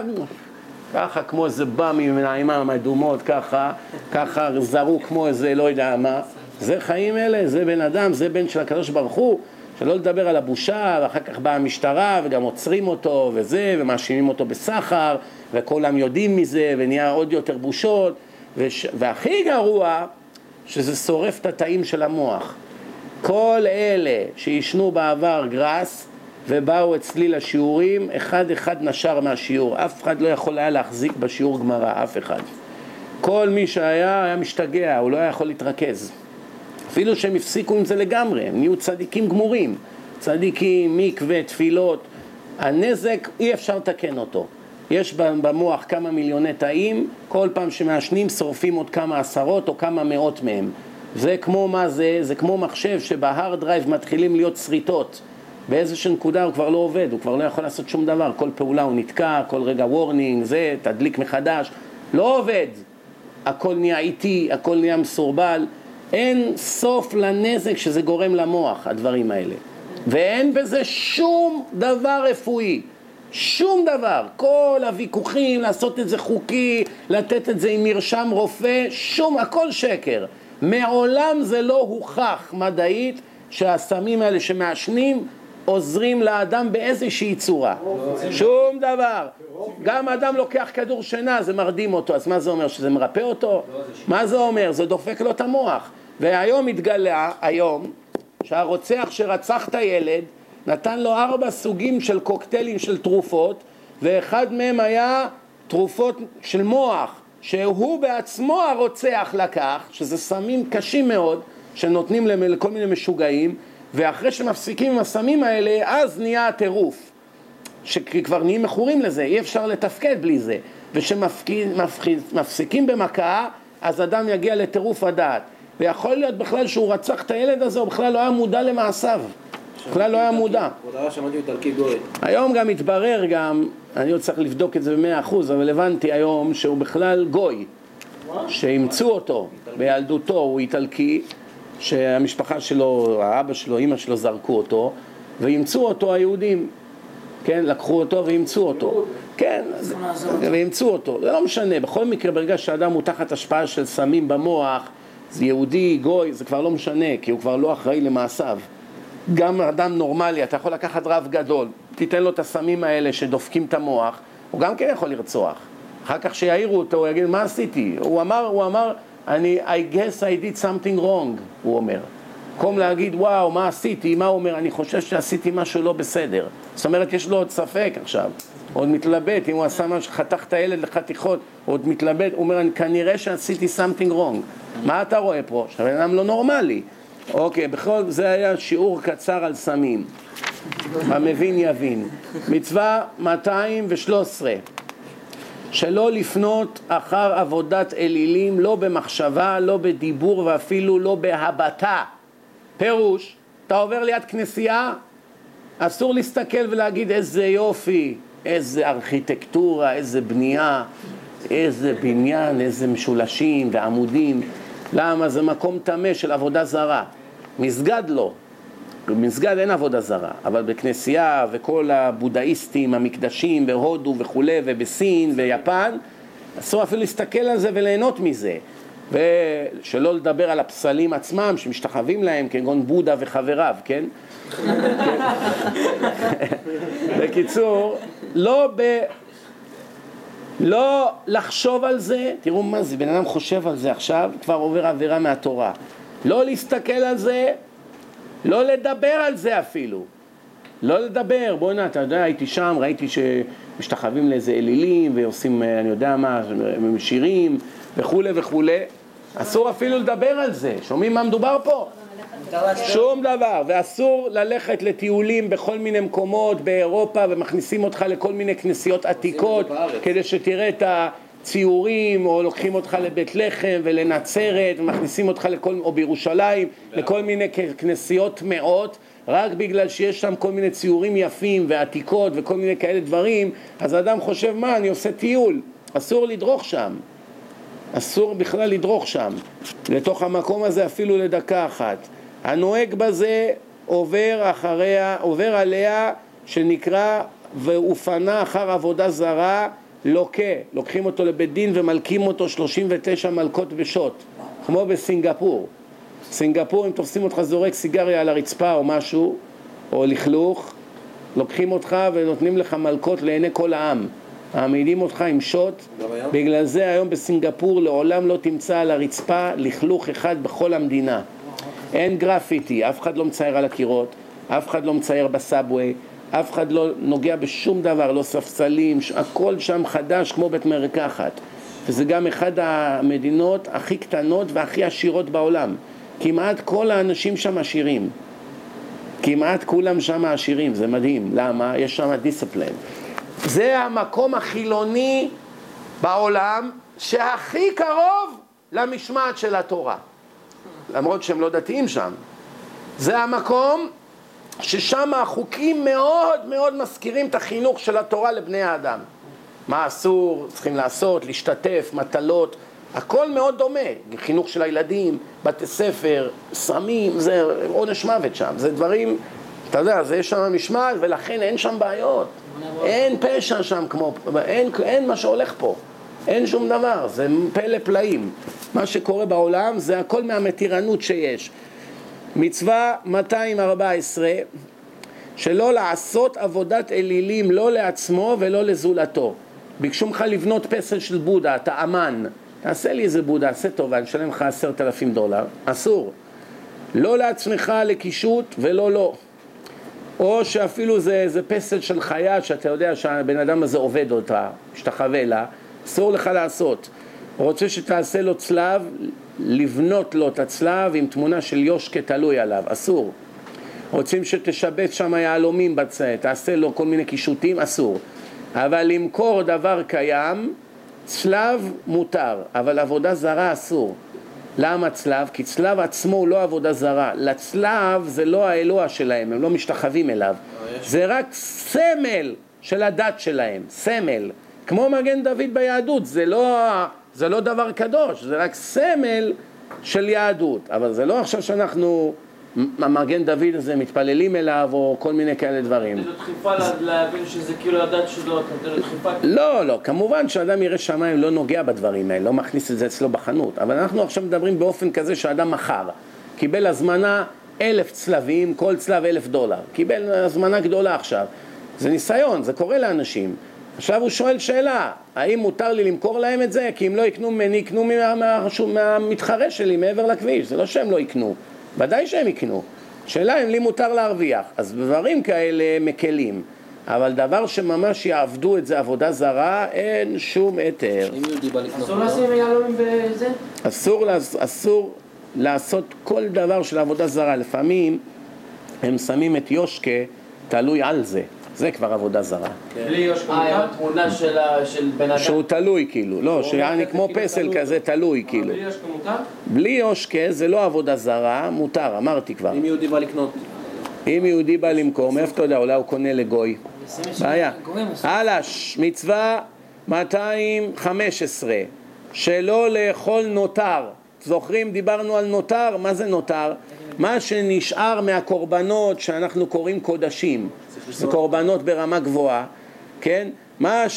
ככה כמו איזה בא מהעיניים המדומות, ככה זרו כמו איזה לא יודע מה. זה חיים אלה, זה בן אדם, זה בן של הקדוש ברוך הוא. שלא לדבר על הבושה, ואחר כך באה המשטרה וגם עוצרים אותו וזה, ומאשימים אותו בסחר, וכולם יודעים מזה ונהיה עוד יותר בושות. והכי גרוע שזה שורף את התאים של המוח. כל אלה שישנו בעבר גרס ובאו אצלי לשיעורים, אחד נשר מהשיעור, אף אחד לא יכול היה להחזיק בשיעור גמרא, אף אחד. כל מי היה משתגע, הוא לא היה יכול להתרכז. אפילו שהם הפסיקו עם זה לגמרי, הם נהיו צדיקים גמורים, צדיקים, מקווה, תפילות. הנזק אי אפשר לתקן אותו. יש במוח כמה מיליוני תאים, כל פעם שמעשנים שורפים עוד כמה עשרות או כמה מאות מהם. זה כמו מה זה? זה כמו מחשב שבהארד דרייב מתחילים להיות שריטות. באיזושהי נקודה הוא כבר לא עובד, הוא כבר לא יכול לעשות שום דבר. כל פעולה הוא נתקע, כל רגע וורנינג, זה, תדליק מחדש. לא עובד. הכל נהיה איטי, הכל נהיה מסורבל. אין סוף לנזק שזה גורם למוח, הדברים האלה. ואין בזה שום דבר רפואי. שום דבר. כל הוויכוחים, לעשות את זה חוקי, לתת את זה עם מרשם רופא, הכל שקר. מעולם זה לא הוכח מדעית שהסמים האלה שמעשנים עוזרים לאדם באיזושהי צורה. שום דבר. גם אדם לוקח כדור שינה, זה מרדים אותו. אז מה זה אומר? שזה מרפא אותו? מה זה אומר? זה דופק לו את המוח. והיום התגלה, שהרוצח שרצח את הילד, נתן לו 4 סוגים של קוקטיילים של תרופות, ואחד מהם היה תרופות של מוח, שהוא בעצמו הרוצח לקח, שזה סמים קשים מאוד, שנותנים לכל מיני משוגעים, ואחרי שמפסיקים עם הסמים האלה, אז נהיה הטירוף, שכבר נהיים מכורים לזה, אי אפשר לתפקד בלי זה, ושמפסיקים במכה, אז אדם יגיע לטירוף הדעת, ויכול להיות בכלל שהוא רצח את הילד הזה, הוא בכלל לא היה מודע למעשיו, בכלל לא היה מודע. שמעתי איטלקי גוי. היום גם התברר אני עוד צריך לבדוק את זה ב100%, אבל הבנתי היום שהוא בכלל גוי, שהמצאו אותו בילדותו, הוא איטלקי, שהמשפחה שלו, האבא שלו, אמא שלו זרקו אותו, והמצאו אותו היהודים, כן, לקחו אותו והמצאו אותו, כן, והמצאו אותו, זה לא משנה, בכל מקרה ברגע שאדם הוא תחת השפעה של סמים במוח, זה יהודי, גוי, זה כבר לא משנה, כי הוא כבר לא אחראי למעשיו. גם אדם נורמלי, אתה יכול לקחת רב גדול, תיתן לו את הסמים האלה שדופקים את המוח, הוא גם כן יכול לרצוח. אחר כך שיעירו אותו, הוא יגיד, מה עשיתי? הוא אמר, I guess I did something wrong, הוא אומר. במקום להגיד, וואו, מה עשיתי? מה הוא אומר? אני חושב שעשיתי משהו לא בסדר. זאת אומרת, יש לו עוד ספק עכשיו. עוד מתלבט, אם הוא עשה משהו, חתך את הילד לחתיכות, עוד מתלבט, הוא אומר, כנראה שעשיתי something wrong. מה אתה רואה פה? שהבן אדם לא נורמלי. אוקיי, בכל זה היה שיעור קצר על סמים. המבין יבין. מצווה 213. שלא לפנות אחר עבודת אלילים, לא במחשבה, לא בדיבור ואפילו לא בהבטה. פירוש, אתה עובר ליד כנסייה, אסור להסתכל ולהגיד איזה יופי, איזה ארכיטקטורה, איזה בנייה, איזה בניין, איזה משולשים ועמודים. למה? זה מקום טמא של עבודה זרה. מסגד לא. במסגד אין עבודה זרה, אבל בכנסייה וכל הבודהיסטים, המקדשים בהודו וכו' ובסין ויפן, אסור אפילו להסתכל על זה וליהנות מזה. ושלא לדבר על הפסלים עצמם שמשתחווים להם, כגון בודה וחבריו, כן? בקיצור, לא לחשוב על זה, תראו מה זה, בן אדם חושב על זה עכשיו, כבר עובר עבירה מהתורה. לא להסתכל על זה לא לדבר על זה אפילו. לא לדבר, בוא נה, אתה יודע, הייתי שם, ראיתי שמשתחווים לאיזה אלילים ועושים, אני יודע מה, שירים וכו' וכו'. אסור אפילו לדבר על זה. שומעים מה מדובר פה? שום דבר. ואסור ללכת לטיולים בכל מיני מקומות באירופה ומכניסים אותך לכל מיני כנסיות עתיקות כדי שתראה את הציורים, או לוקחים אותך לבית לחם ולנצרת ומכניסים אותך לכל, או בירושלים, לכל מיני כנסיות טמאות, רק בגלל שיש שם כל מיני ציורים יפים ועתיקות וכל מיני כאלה דברים. אז האדם חושב, מה, אני עושה טיול. אסור לדרוך שם. אסור בכלל לדרוך שם, לתוך המקום הזה אפילו לדקה אחת. הנוהג בזה עובר עליה, שנקרא ופנה אחר עבודה זרה, לוקה. לוקחים אותו לבית דין ומלקים אותו 39 מלקות בשוט, כמו בסינגפור. סינגפור, אם תופסים אותך זורק סיגריה על הרצפה או משהו, או לכלוך, לוקחים אותך ונותנים לך מלקות לעיני כל העם. מעמידים אותך עם שוט. בגלל זה היום בסינגפור לעולם לא תמצא על הרצפה לכלוך אחד בכל המדינה. אין גרפיטי, אף אחד לא מצייר על הקירות, אף אחד לא מצייר בסאבווי, אף אחד לא נוגע בשום דבר, לא ספסלים, הכל שם חדש כמו בית מרקחת. וזה גם אחד המדינות הכי קטנות והכי עשירות בעולם. כמעט כל האנשים שם עשירים. כמעט כולם שם עשירים, זה מדהים. למה? יש שם דיסציפלין. זה המקום החילוני בעולם שהכי קרוב למשמעת של התורה. למרות שהם לא דתיים שם. זה המקום ששם החוקים מאוד מאוד מזכירים את החינוך של התורה לבני האדם. מה אסור, צריכים לעשות, להשתתף, מטלות, הכל מאוד דומה. חינוך של הילדים, בתי ספר, סמים, זה עונש מוות שם. זה דברים, אתה יודע, זה יש שם משמעת ולכן אין שם בעיות. אין פשע שם כמו, אין מה שהולך פה. אין שום דבר, זה פלא פלאים. מה שקורה בעולם זה הכל מהמתירנות שיש. מצווה 214, שלא לעשות עבודת אלילים לא לעצמו ולא לזולתו. ביקשו לך לבנות פסל של בודה, אתה אמן. תעשה לי איזה בודה, עשה טובה, אני אשלם לך $10,000. אסור. לא לעצמך לקישוט ולא לא. או שאפילו זה פסל של חיה שאתה יודע שהבן אדם הזה עובד אותה, משתחווה לה, אסור לך לעשות. רוצה שתעשה לו צלב, לבנות לו את הצלב עם תמונה של יושקה תלוי עליו, אסור. רוצים שתשבץ שם יהלומים בצד, תעשה לו כל מיני קישוטים, אסור. אבל למכור דבר קיים, צלב מותר, אבל עבודה זרה אסור. למה צלב? כי צלב עצמו הוא לא עבודה זרה. לצלב זה לא האלוה שלהם, הם לא משתחווים אליו. זה רק סמל של הדת שלהם, סמל. כמו מגן דוד ביהדות, זה לא דבר קדוש, זה רק סמל של יהדות. אבל זה לא עכשיו שאנחנו, המגן דוד הזה, מתפללים אליו או כל מיני כאלה דברים. זה דחיפה להבין שזה כאילו הדת שלו, זה דחיפה? לא, כמובן שאדם ירא שמיים לא נוגע בדברים האלה, לא מכניס את זה אצלו בחנות. אבל אנחנו עכשיו מדברים באופן כזה שאדם מחר, קיבל הזמנה 1,000 צלבים, כל צלב $1,000. קיבל הזמנה גדולה עכשיו. זה ניסיון, זה קורה לאנשים. עכשיו הוא שואל שאלה, האם מותר לי למכור להם את זה? כי אם לא יקנו ממני, יקנו מהמתחרה שלי מעבר לכביש. זה לא שהם לא יקנו, ודאי שהם יקנו. שאלה אם לי מותר להרוויח. אז דברים כאלה מקלים. אבל דבר שממש יעבדו את זה עבודה זרה, אין שום היתר. אסור לשים יהלומים בזה? אסור לעשות כל דבר של עבודה זרה. לפעמים הם שמים את יושקה תלוי על זה. זה כבר עבודה זרה. בלי יושקה, תמונה של בן אדם. שהוא תלוי כאילו, לא, שאני כמו פסל כזה תלוי כאילו. בלי יושקה מותר? בלי יושקה זה לא עבודה זרה, מותר, אמרתי כבר. אם יהודי בא לקנות. אם יהודי בא למכור, מאיפה אתה יודע, אולי הוא קונה לגוי. בעיה. הלאה, מצווה 215, שלא לאכול נותר. זוכרים, דיברנו על נותר, מה זה נותר? מה שנשאר מהקורבנות שאנחנו קוראים קודשים, זה קורבנות ברמה גבוהה, כן? מה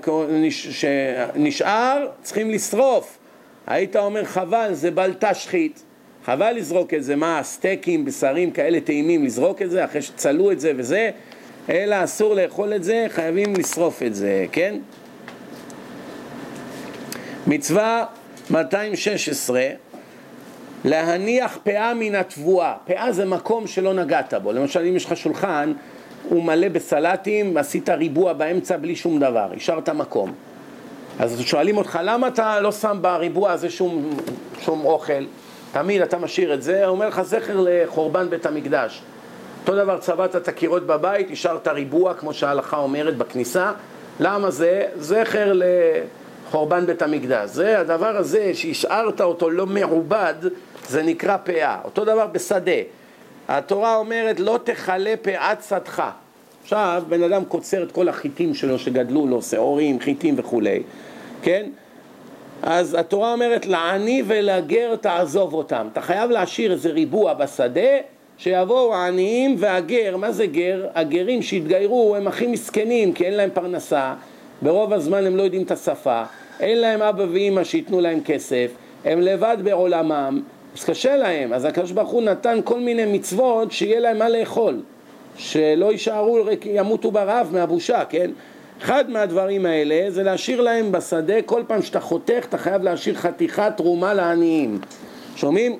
שנשאר צריכים לשרוף. היית אומר חבל, זה בל תשחית, חבל לזרוק את זה. מה, סטייקים, בשרים כאלה טעימים, לזרוק את זה אחרי שצלו את זה וזה, אלא אסור לאכול את זה, חייבים לשרוף את זה, כן? מצווה 216, להניח פאה מן התבואה. פאה זה מקום שלא נגעת בו. למשל, אם יש לך שולחן, הוא מלא בסלטים, עשית ריבוע באמצע בלי שום דבר, השארת מקום. אז שואלים אותך, למה אתה לא שם בריבוע הזה שום אוכל? תמיד אתה משאיר את זה, אומר לך זכר לחורבן בית המקדש. אותו דבר צבעת את הקירות בבית, השארת ריבוע, כמו שההלכה אומרת בכניסה. למה זה? זכר לחורבן בית המקדש. זה הדבר הזה שהשארת אותו לא מעובד, זה נקרא פאה. אותו דבר בשדה. התורה אומרת, לא תחלה פאת שדך. עכשיו, בן אדם קוצר את כל החיטים שלו שגדלו לו, שעורים, חיטים וכו'. כן? אז התורה אומרת, לעני ולגר תעזוב אותם. אתה חייב להשאיר איזה ריבוע בשדה, שיבואו העניים והגר. מה זה גר? הגרים שהתגיירו הם הכי מסכנים, כי אין להם פרנסה, ברוב הזמן הם לא יודעים את השפה, אין להם אבא ואמא שיתנו להם כסף, הם לבד בעולמם, אז קשה להם. אז הקדוש ברוך הוא נתן כל מיני מצוות שיהיה להם מה לאכול, שלא יישארו, ימותו ברעב מהבושה, כן? אחד מהדברים האלה זה להשאיר להם בשדה, כל פעם שאתה חותך אתה חייב להשאיר חתיכת תרומה לעניים. שומעים?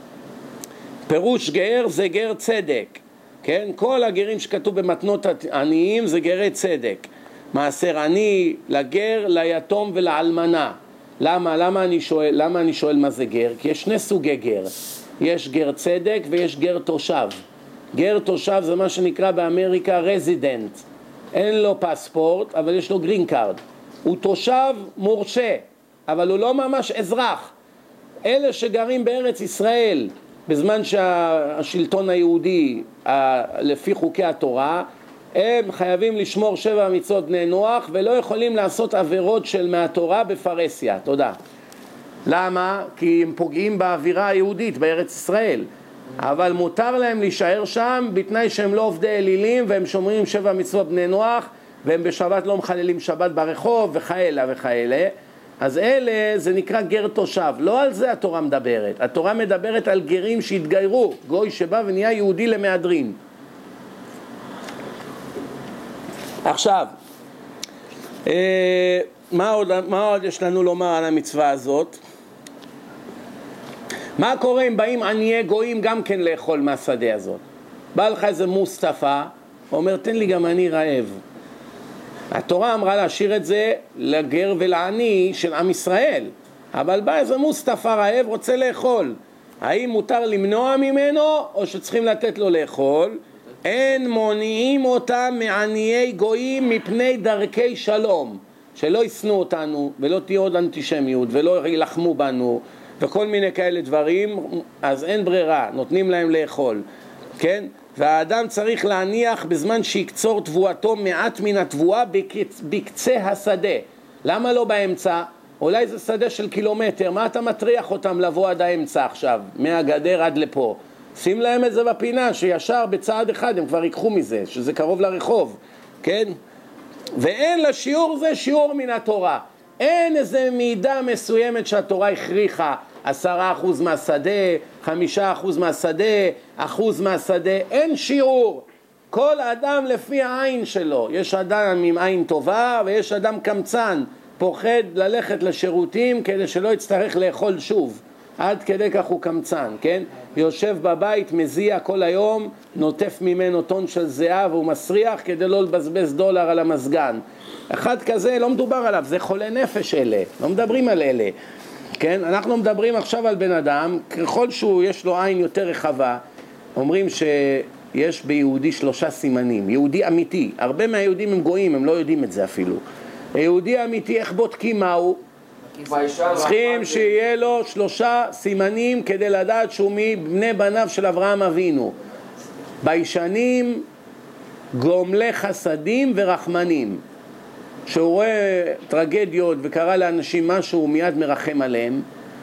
פירוש גר זה גר צדק, כן? כל הגרים שכתוב במתנות עניים זה גרי צדק. מעשר עני לגר, ליתום ולאלמנה. למה אני שואל מה זה גר? כי יש שני סוגי גר. יש גר צדק ויש גר תושב. גר תושב זה מה שנקרא באמריקה רזידנט. אין לו פספורט, אבל יש לו גרין קארד. הוא תושב מורשה, אבל הוא לא ממש אזרח. אלה שגרים בארץ ישראל, בזמן שהשלטון היהודי, לפי חוקי התורה, הם חייבים לשמור 7 מצוות בני נוח, ולא יכולים לעשות עבירות של מהתורה בפרסיה. תודה. למה? כי הם פוגעים באווירה היהודית בארץ ישראל. אבל מותר להם להישאר שם בתנאי שהם לא עובדי אלילים, והם שומרים 7 מצוות בני נוח, והם בשבת לא מחללים שבת ברחוב וכאלה וכאלה. אז אלה זה נקרא גר תושב. לא על זה התורה מדברת. התורה מדברת על גרים שהתגיירו, גוי שבא ונהיה יהודי למהדרין. עכשיו, מה עוד יש לנו לומר על המצווה הזאת? מה קורה אם באים עניי גויים גם כן לאכול מהשדה הזאת? בא לך איזה מוסטפא, אומר תן לי גם אני רעב. התורה אמרה להשאיר את זה לגר ולעני של עם ישראל, אבל בא איזה מוסטפא רעב רוצה לאכול. האם מותר למנוע ממנו או שצריכים לתת לו לאכול? אין מונעים אותם מעניי גויים מפני דרכי שלום, שלא ישנאו אותנו ולא תהיה עוד אנטישמיות ולא ילחמו בנו וכל מיני כאלה דברים. אז אין ברירה, נותנים להם לאכול, כן? והאדם צריך להניח בזמן שיקצור תבואתו מעט מן התבואה בקצה השדה. למה לא באמצע? אולי זה שדה של קילומטר, מה אתה מטריח אותם לבוא עד האמצע עכשיו, מהגדר עד לפה? שים להם את זה בפינה, שישר בצעד אחד הם כבר ייקחו מזה, שזה קרוב לרחוב, כן? ואין לשיעור זה שיעור מן התורה. אין איזה מידה מסוימת שהתורה הכריחה, 10% מהשדה, 5% מהשדה, 1% מהשדה, אין שיעור. כל אדם לפי העין שלו. יש אדם עם עין טובה ויש אדם קמצן, פוחד ללכת לשירותים כדי שלא יצטרך לאכול שוב. עד כדי כך הוא קמצן, כן? יושב בבית, מזיע כל היום, נוטף ממנו טון של זהה והוא מסריח כדי לא לבזבז $1 על המסגן. אחד כזה לא מדובר עליו, זה חולה נפש אלה, לא מדברים על אלה, כן? אנחנו מדברים עכשיו על בן אדם, ככל שהוא יש לו עין יותר רחבה, אומרים שיש ביהודי 3 סימנים, יהודי אמיתי, הרבה מהיהודים הם גויים, הם לא יודעים את זה אפילו. יהודי אמיתי, איך בודקים מהו? צריכים שיהיה לו 3 סימנים כדי לדעת שהוא מבני בניו של אברהם אבינו. ביישנים, גומלי חסדים ורחמנים. שהוא רואה טרגדיות וקרא לאנשים משהו הוא מיד מרחם עליהם,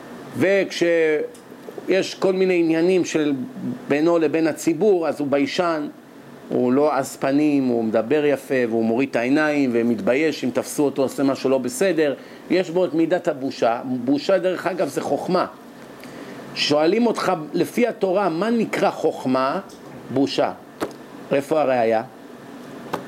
וכשיש כל מיני עניינים של בינו לבין הציבור אז הוא ביישן, הוא לא עז פנים, הוא מדבר יפה והוא מוריד את העיניים ומתבייש אם תפסו אותו עושה משהו לא בסדר. יש בו את מידת הבושה. בושה דרך אגב זה חוכמה. שואלים אותך לפי התורה מה נקרא חוכמה? בושה. איפה הראיה?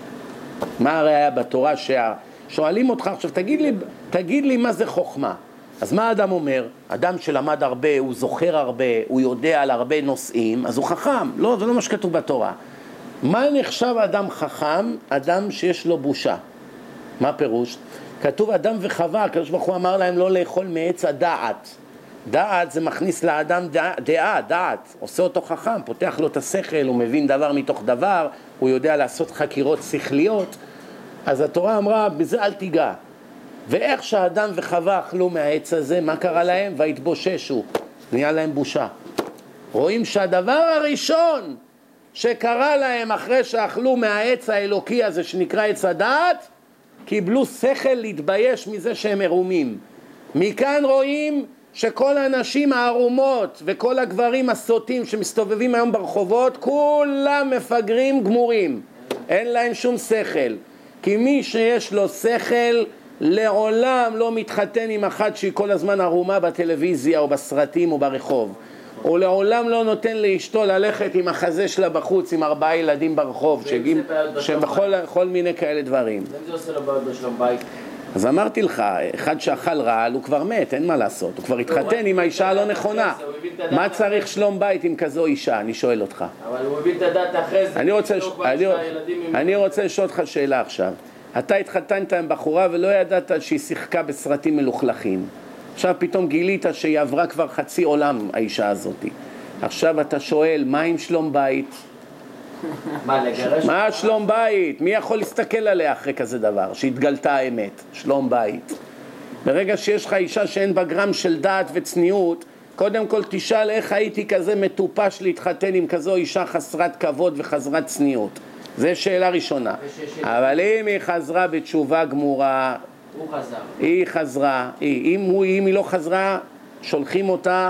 מה הראיה בתורה שואלים אותך עכשיו תגיד לי מה זה חוכמה? אז מה האדם אומר? אדם שלמד הרבה, הוא זוכר הרבה, הוא יודע על הרבה נושאים, אז הוא חכם. לא, זה לא מה שכתוב בתורה. מה נחשב אדם חכם? אדם שיש לו בושה. מה פירוש? כתוב אדם וחווה, הקדוש ברוך הוא אמר להם לא לאכול מעץ הדעת. דעת זה מכניס לאדם דעת, עושה אותו חכם, פותח לו את השכל, הוא מבין דבר מתוך דבר, הוא יודע לעשות חקירות שכליות. אז התורה אמרה, בזה אל תיגע. ואיך שהאדם וחווה אכלו מהעץ הזה, מה קרה להם? והתבוששו, נהיה להם בושה. רואים שהדבר הראשון שקרה להם אחרי שאכלו מהעץ האלוקי הזה שנקרא עץ הדעת, קיבלו שכל להתבייש מזה שהם ערומים. מכאן רואים שכל הנשים הערומות וכל הגברים הסוטים שמסתובבים היום ברחובות, כולם מפגרים גמורים, אין להם שום שכל. כי מי שיש לו שכל לעולם לא מתחתן עם אחת שהיא כל הזמן ערומה בטלוויזיה או בסרטים או ברחוב. הוא לעולם לא נותן לאשתו ללכת עם החזה שלה בחוץ עם 4 ילדים ברחוב שבכל מיני כאלה דברים. זה עושה לו בעיות בשלום בית. אז אמרתי לך, אחד שאכל רעל הוא כבר מת, אין מה לעשות, הוא כבר התחתן עם האישה הלא נכונה. מה צריך שלום בית עם כזו אישה? אני שואל אותך. אבל הוא מבין את הדת אחרי זה. אני רוצה לשאול אותך שאלה עכשיו. אתה התחתנת עם בחורה ולא ידעת שהיא שיחקה בסרטים מלוכלכים. עכשיו פתאום גילית שהיא עברה כבר חצי עולם, האישה הזאת. עכשיו אתה שואל, מה עם שלום בית? מה שלום בית? מי יכול להסתכל עליה אחרי כזה דבר? שהתגלתה האמת, שלום בית. ברגע שיש לך אישה שאין בה גרם של דעת וצניעות, קודם כל תשאל איך הייתי כזה מטופש להתחתן עם כזו אישה חסרת כבוד וחסרת צניעות. זו שאלה ראשונה. אבל אם היא חזרה בתשובה גמורה, הוא חזר. היא חזרה. אם היא לא חזרה, שולחים אותה,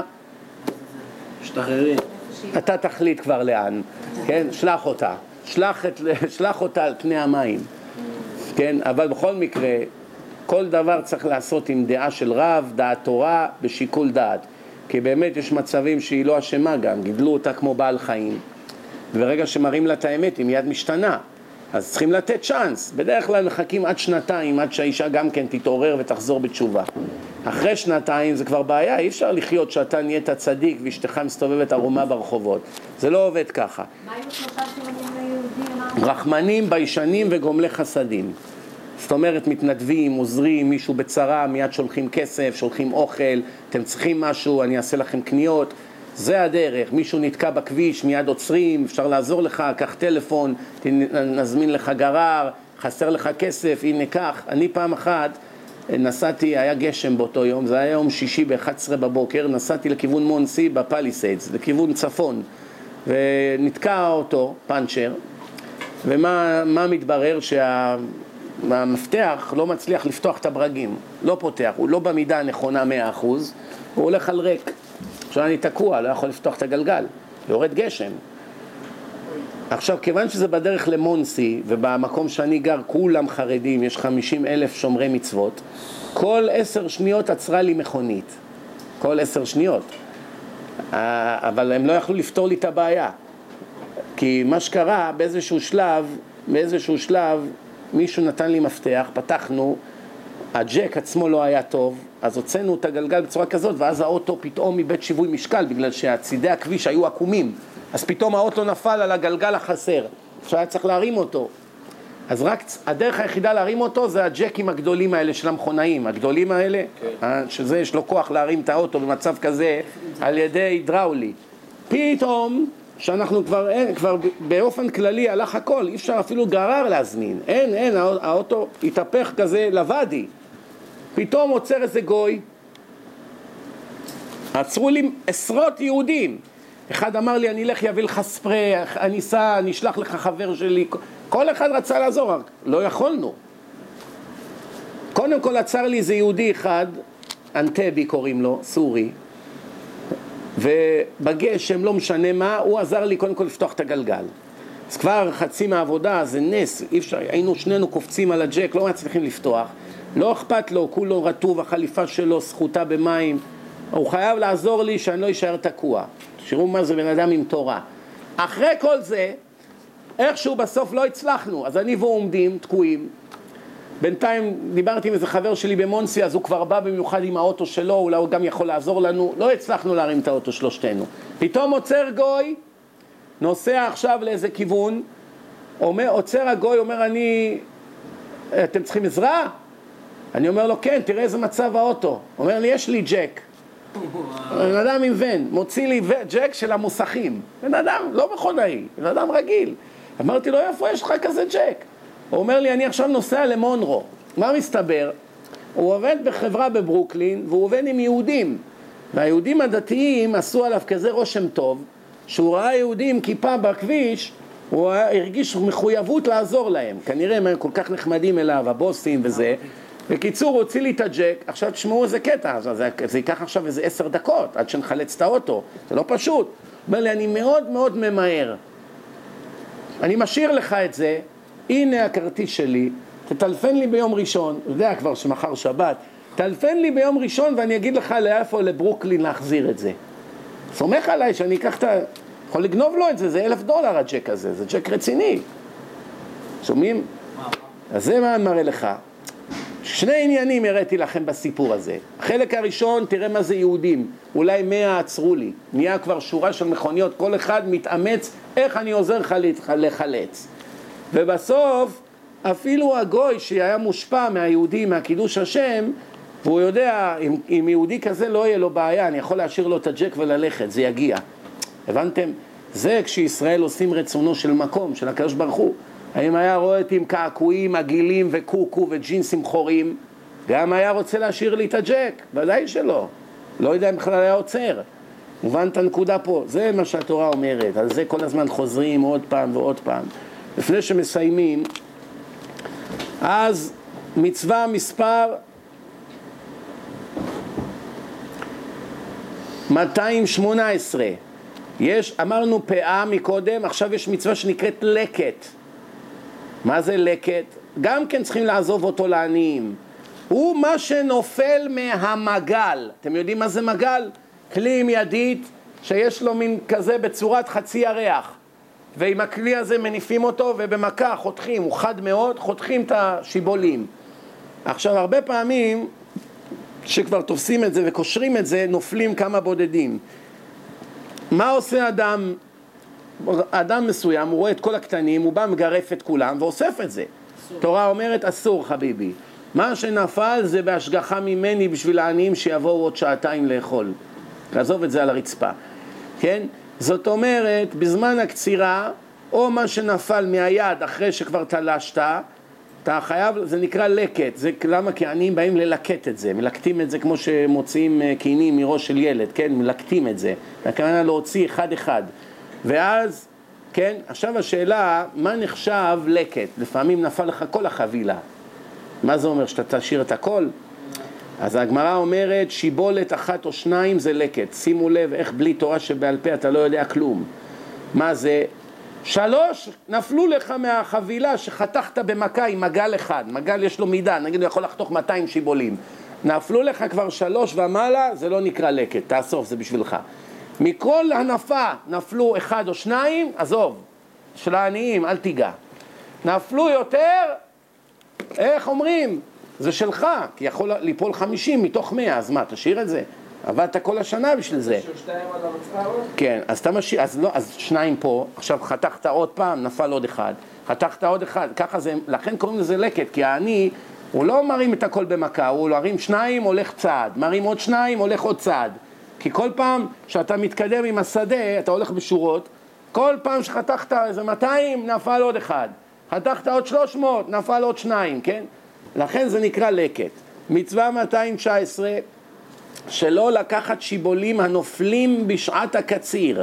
שתחררי. אתה תחליט כבר לאן, כן? שלח אותה. שלח אותה על פני המים. כן? אבל בכל מקרה, כל דבר צריך לעשות עם דעה של רב, דעת תורה, בשיקול דעת. כי באמת יש מצבים שהיא לא אשמה גם, גידלו אותה כמו בעל חיים. וברגע שמראים לה את האמת, היא מיד משתנה. אז צריכים לתת צ'אנס. בדרך כלל מחכים עד 2 עד שהאישה גם כן תתעורר ותחזור בתשובה. אחרי 2 זה כבר בעיה, אי אפשר לחיות שאתה נהיית צדיק ואשתך מסתובבת ערומה ברחובות. זה לא עובד ככה. מה היו 3 סימנים ליהודים? רחמנים, ביישנים וגומלי חסדים. זאת אומרת, מתנדבים, עוזרים, מישהו בצרה, מיד שולחים כסף, שולחים אוכל, אתם צריכים משהו, אני אעשה לכם קניות. זה הדרך, מישהו נתקע בכביש, מיד עוצרים, אפשר לעזור לך, קח טלפון, נזמין לך גרר, חסר לך כסף, הנה קח. אני פעם אחת נסעתי, היה גשם באותו יום, זה היה יום שישי ב-11 בבוקר, נסעתי לכיוון מונסי בפליסיידס, לכיוון צפון, ונתקע האוטו, פנצ'ר, ומה מתברר? שהמפתח לא מצליח לפתוח את הברגים, לא פותח, הוא לא במידה הנכונה 100%, הוא הולך על ריק. עכשיו אני תקוע, לא יכול לפתוח את הגלגל, יורד גשם. עכשיו, כיוון שזה בדרך למונסי, ובמקום שאני גר כולם חרדים, יש 50,000 שומרי מצוות, כל 10 שניות עצרה לי מכונית. כל 10 שניות. אבל הם לא יכלו לפתור לי את הבעיה. כי מה שקרה, באיזשהו שלב, מישהו נתן לי מפתח, פתחנו, הג'ק עצמו לא היה טוב, אז הוצאנו את הגלגל בצורה כזאת, ואז האוטו פתאום מבית שיווי משקל, בגלל שהצידי הכביש היו עקומים, אז פתאום האוטו נפל על הגלגל החסר, עכשיו היה צריך להרים אותו. אז רק הדרך היחידה להרים אותו זה הג'קים הגדולים האלה של המכונאים, הגדולים האלה, שזה יש לו כוח להרים את האוטו במצב כזה על ידי הידראולי. פתאום שאנחנו כבר באופן כללי הלך הכל, אי אפשר אפילו גרר להזמין, אין, האוטו התהפך כזה לבדי. פתאום עוצר איזה גוי, עצרו לי 10 יהודים, אחד אמר לי אני אלך יביא לך ספרי, אני אשלח לך חבר שלי, כל אחד רצה לעזור, לא יכולנו. קודם כל עצר לי איזה יהודי אחד, אנטבי קוראים לו, סורי, ובגשם לא משנה מה, הוא עזר לי קודם כל לפתוח את הגלגל. אז כבר חצי מהעבודה, זה נס, אי אפשר, היינו שנינו קופצים על הג'ק, לא מצליחים לפתוח, לא אכפת לו, כולו רטוב, החליפה שלו סחוטה במים, הוא חייב לעזור לי שאני לא אשאר תקוע. תראו מה זה בן אדם עם תורה. אחרי כל זה, איכשהו בסוף לא הצלחנו, אז אני והוא עומדים, תקועים, בינתיים דיברתי עם איזה חבר שלי במונסי, אז הוא כבר בא במיוחד עם האוטו שלו, אולי הוא גם יכול לעזור לנו, לא הצלחנו להרים את האוטו שלושתנו. פתאום עוצר גוי, נוסע עכשיו לאיזה כיוון, עוצר הגוי, אומר אתם צריכים עזרה? אני אומר לו כן, תראה איזה מצב האוטו. אומר לי יש לי ג'ק. בן אדם עם ון, מוציא לי ג'ק של המוסכים. בן אדם לא מכונאי, בן אדם רגיל. אמרתי לו איפה יש לך כזה ג'ק? הוא אומר לי אני עכשיו נוסע למונרו. מה מסתבר? הוא עובד בחברה בברוקלין והוא עובד עם יהודים. והיהודים הדתיים עשו עליו כזה רושם טוב, שהוא ראה יהודים עם כיפה בכביש, הוא הרגיש מחויבות לעזור להם. כנראה הם כל כך נחמדים אליו, הבוסים וזה. בקיצור, הוא הוציא לי את הג'ק. עכשיו תשמעו איזה קטע, זה ייקח עכשיו איזה 10 דקות עד שנחלץ את האוטו. זה לא פשוט. הוא אומר לי, אני מאוד מאוד ממהר. אני משאיר לך את זה, הנה הכרטיס שלי, תטלפן לי ביום ראשון, אתה יודע כבר שמחר שבת, תטלפן לי ביום ראשון ואני אגיד לך לאיפה לברוקלין להחזיר את זה. סומך עליי שאני אקח יכול לגנוב לו את זה, זה $1,000 הג'ק הזה, זה ג'ק רציני. שומעים? אז זה מה אני מראה לך. 2 עניינים הראיתי לכם בסיפור הזה. החלק הראשון, תראה מה זה יהודים. אולי 100 עצרו לי. נהיה כבר שורה של מכוניות, כל אחד מתאמץ איך אני עוזר לך לחלץ. ובסוף, אפילו הגוי שהיה מושפע מהיהודים, מהקידוש השם, והוא יודע, אם יהודי כזה לא יהיה לו בעיה, אני יכול להשאיר לו את הג'ק וללכת, זה יגיע. הבנתם? זה כשישראל עושים רצונו של מקום, של הקדוש ברוך הוא. האם היה רואה אותי עם קעקועים, עגילים וקוקו וג'ינסים חורים, גם היה רוצה להשאיר לי את הג'ק? ודאי שלא. לא יודע אם בכלל היה עוצר. מובן את הנקודה פה. זה מה שהתורה אומרת. על זה כל הזמן חוזרים עוד פעם ועוד פעם. לפני שמסיימים, אז מצווה מספר 218. אמרנו פאה מקודם, עכשיו יש מצווה שנקראת לקט. מה זה לקט? גם כן צריכים לעזוב אותו לעניים. הוא מה שנופל מהמגל. אתם יודעים מה זה מגל? כלי עם ידית שיש לו מין כזה בצורת חצי ירח. ועם הכלי הזה מניפים אותו ובמכה חותכים, הוא חד מאוד, חותכים את השיבולים. עכשיו הרבה פעמים שכבר תופסים את זה וקושרים את זה, נופלים כמה בודדים. מה עושה אדם מסוים, הוא רואה את כל הקטנים, הוא בא מגרף את כולם ואוסף את זה. תורה אומרת אסור חביבי. מה שנפל זה בהשגחה ממני בשביל העניים שיבואו עוד 2 שעות לאכול. לעזוב את זה על הרצפה. כן? זאת אומרת, בזמן הקצירה, או מה שנפל מהיד אחרי שכבר תלשת, אתה חייב, זה נקרא לקט. זה למה? כי העניים באים ללקט את זה. מלקטים את זה כמו שמוציאים קינים מראש של ילד, כן? מלקטים את זה. הכוונה להוציא אחד. ואז, כן? עכשיו השאלה, מה נחשב לקט? לפעמים נפל לך כל החבילה. מה זה אומר? שאתה תשאיר את הכל? אז הגמרא אומרת, שיבולת 1 או 2 זה לקט. שימו לב איך בלי תורה שבעל פה אתה לא יודע כלום. מה זה? 3 נפלו לך מהחבילה שחתכת במכה עם מגל אחד. מגל יש לו מידה, נגיד הוא יכול לחתוך 200 שיבולים. נפלו לך כבר 3 ומעלה, זה לא נקרא לקט, תאסוף, זה בשבילך. מכל הנפה נפלו 1 או 2, עזוב, של העניים, אל תיגע. נפלו יותר, איך אומרים? זה שלך, כי יכול ליפול 50 מתוך 100, אז מה, תשאיר את זה? עבדת כל השנה בשביל זה. כן, אז אתה משאיר, אז 2 פה, עכשיו חתכת עוד פעם, נפל עוד 1, חתכת עוד 1, ככה זה, לכן קוראים לזה לקט, כי העני, הוא לא מרים את הכל במכה, הוא מרים 2, הולך צעד, מרים עוד 2, הולך עוד צעד. כי כל פעם שאתה מתקדם עם השדה, אתה הולך בשורות, כל פעם שחתכת איזה 200, נפל עוד 1. חתכת עוד 300, נפל עוד 2, כן? לכן זה נקרא לקט. מצווה 219, שלא לקחת שיבולים הנופלים בשעת הקציר,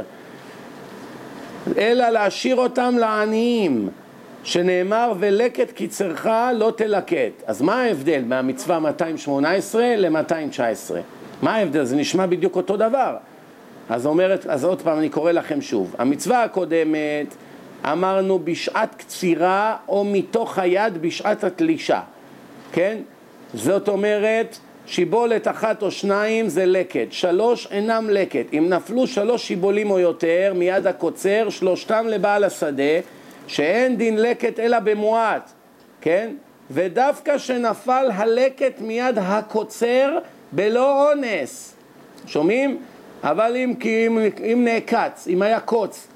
אלא להשאיר אותם לעניים, שנאמר ולקט קיצרך לא תלקט. אז מה ההבדל מהמצווה 218 ל-219? מה ההבדל? זה נשמע בדיוק אותו דבר. אז עוד פעם אני קורא לכם שוב. המצווה הקודמת אמרנו בשעת קצירה או מתוך היד בשעת התלישה. כן? זאת אומרת שיבולת 1 או 2 זה לקט, 3 אינם לקט. אם נפלו 3 שיבולים או יותר מיד הקוצר, 3 לבעל השדה, שאין דין לקט אלא במועט. כן? ודווקא שנפל הלקט מיד הקוצר בלא אונס. שומעים? אבל אם נעקץ, אם היה קוץ,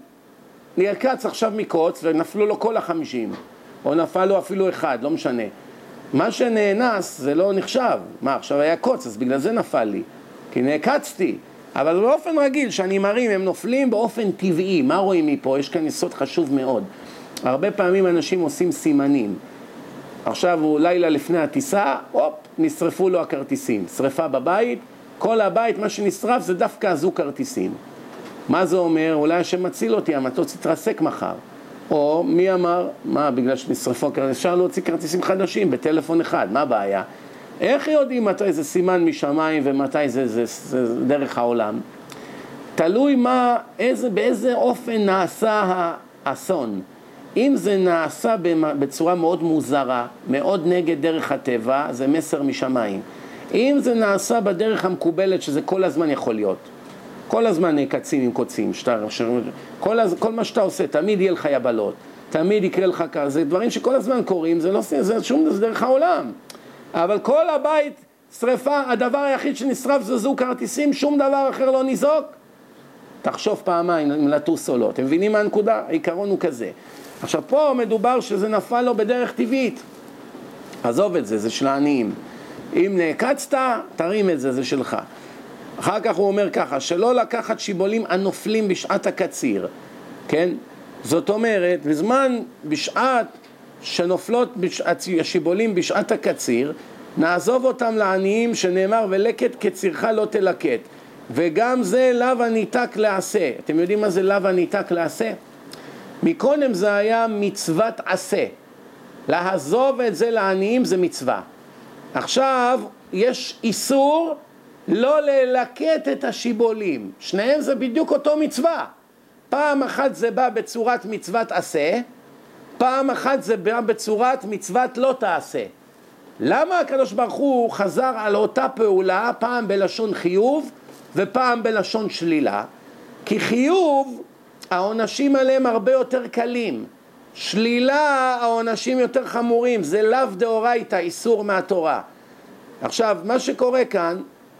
נעקץ עכשיו מקוץ ונפלו לו כל 50, או נפל לו אפילו אחד, לא משנה. מה שנאנס זה לא נחשב. מה, עכשיו היה קוץ, אז בגלל זה נפל לי, כי נעקצתי. אבל באופן רגיל, שאני מרים, הם נופלים באופן טבעי. מה רואים מפה? יש כאן יסוד חשוב מאוד. הרבה פעמים אנשים עושים סימנים. עכשיו הוא לילה לפני הטיסה, נשרפו לו הכרטיסים. שריפה בבית, כל הבית, מה שנשרף זה דווקא הזוג כרטיסים. מה זה אומר? אולי השם מציל אותי, המטוס יתרסק מחר. או מי אמר? מה, בגלל שנשרפו כרטיסים? אפשר להוציא כרטיסים חדשים בטלפון אחד, מה הבעיה? איך יודעים מתי זה סימן משמיים ומתי זה דרך העולם? תלוי באיזה אופן נעשה האסון. אם זה נעשה בצורה מאוד מוזרה, מאוד נגד דרך הטבע, זה מסר משמיים. אם זה נעשה בדרך המקובלת, שזה כל הזמן יכול להיות. כל הזמן נעקצים עם קוצים. כל מה שאתה עושה, תמיד יהיה לך יבלות. תמיד יקרה לך כזה. זה דברים שכל הזמן קורים, זה דרך העולם. אבל כל הבית שריפה, הדבר היחיד שנשרף זה זוג כרטיסים, שום דבר אחר לא ניזוק. תחשוב פעמיים אם לטוס או לא. אתם מבינים מה הנקודה? העיקרון הוא כזה. עכשיו פה מדובר שזה נפל לו בדרך טבעית. עזוב את זה, זה של העניים. אם נעקצת, תרים את זה, זה שלך. אחר כך הוא אומר ככה, שלא לקחת שיבולים הנופלים בשעת הקציר. כן? זאת אומרת, בשעת שנופלות השיבולים בשעת הקציר, נעזוב אותם לעניים שנאמר ולקט קצירך לא תלקט. וגם זה לאו הניתק לעשה. אתם יודעים מה זה לאו הניתק לעשה? מקודם זה היה מצוות עשה. לעזוב את זה לעניים זה מצווה. עכשיו יש איסור לא ללקט את השיבולים. שניהם זה בדיוק אותו מצווה. פעם אחת זה בא בצורת מצוות עשה, פעם אחת זה בא בצורת מצוות לא תעשה. למה הקדוש ברוך הוא חזר על אותה פעולה, פעם בלשון חיוב ופעם בלשון שלילה? כי חיוב, העונשים עליהם הרבה יותר קלים. שלילה, העונשים יותר חמורים. זה לאו דאורייתא, איסור מהתורה. עכשיו, מה שקורה כאן,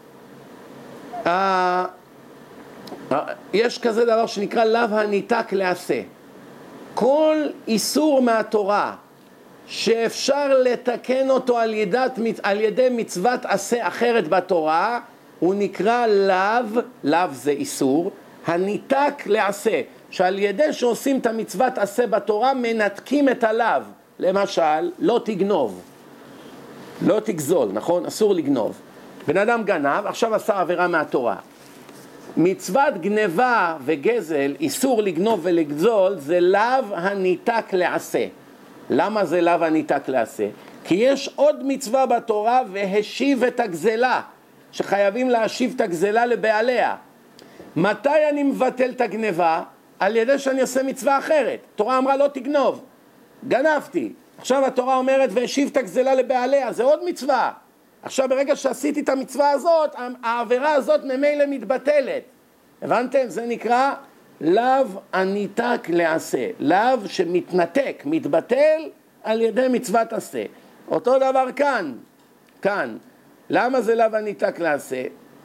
יש כזה דבר שנקרא לאו הניתק לעשה. כל איסור מהתורה שאפשר לתקן אותו על ידי מצוות עשה אחרת בתורה, הוא נקרא לאו, לאו זה איסור, הניתק לעשה, שעל ידי שעושים את המצוות עשה בתורה מנתקים את הלאו. למשל, לא תגנוב, לא תגזול, נכון? אסור לגנוב. בן אדם גנב, עכשיו עשה עבירה מהתורה. מצוות גנבה וגזל, איסור לגנוב ולגזול, זה לאו הניתק לעשה. למה זה לאו הניתק לעשה? כי יש עוד מצווה בתורה, והשיב את הגזלה, שחייבים להשיב את הגזלה לבעליה. מתי אני מבטל את הגנבה? על ידי שאני עושה מצווה אחרת. התורה אמרה לא תגנוב, גנבתי. עכשיו התורה אומרת והשיב את הגזלה לבעליה, זה עוד מצווה. עכשיו ברגע שעשיתי את המצווה הזאת, העבירה הזאת ממילא מתבטלת. הבנתם? זה נקרא לאו הניתק לעשה. לאו שמתנתק, מתבטל על ידי מצוות עשה. אותו דבר כאן. למה זה לאו הניתק לעשה?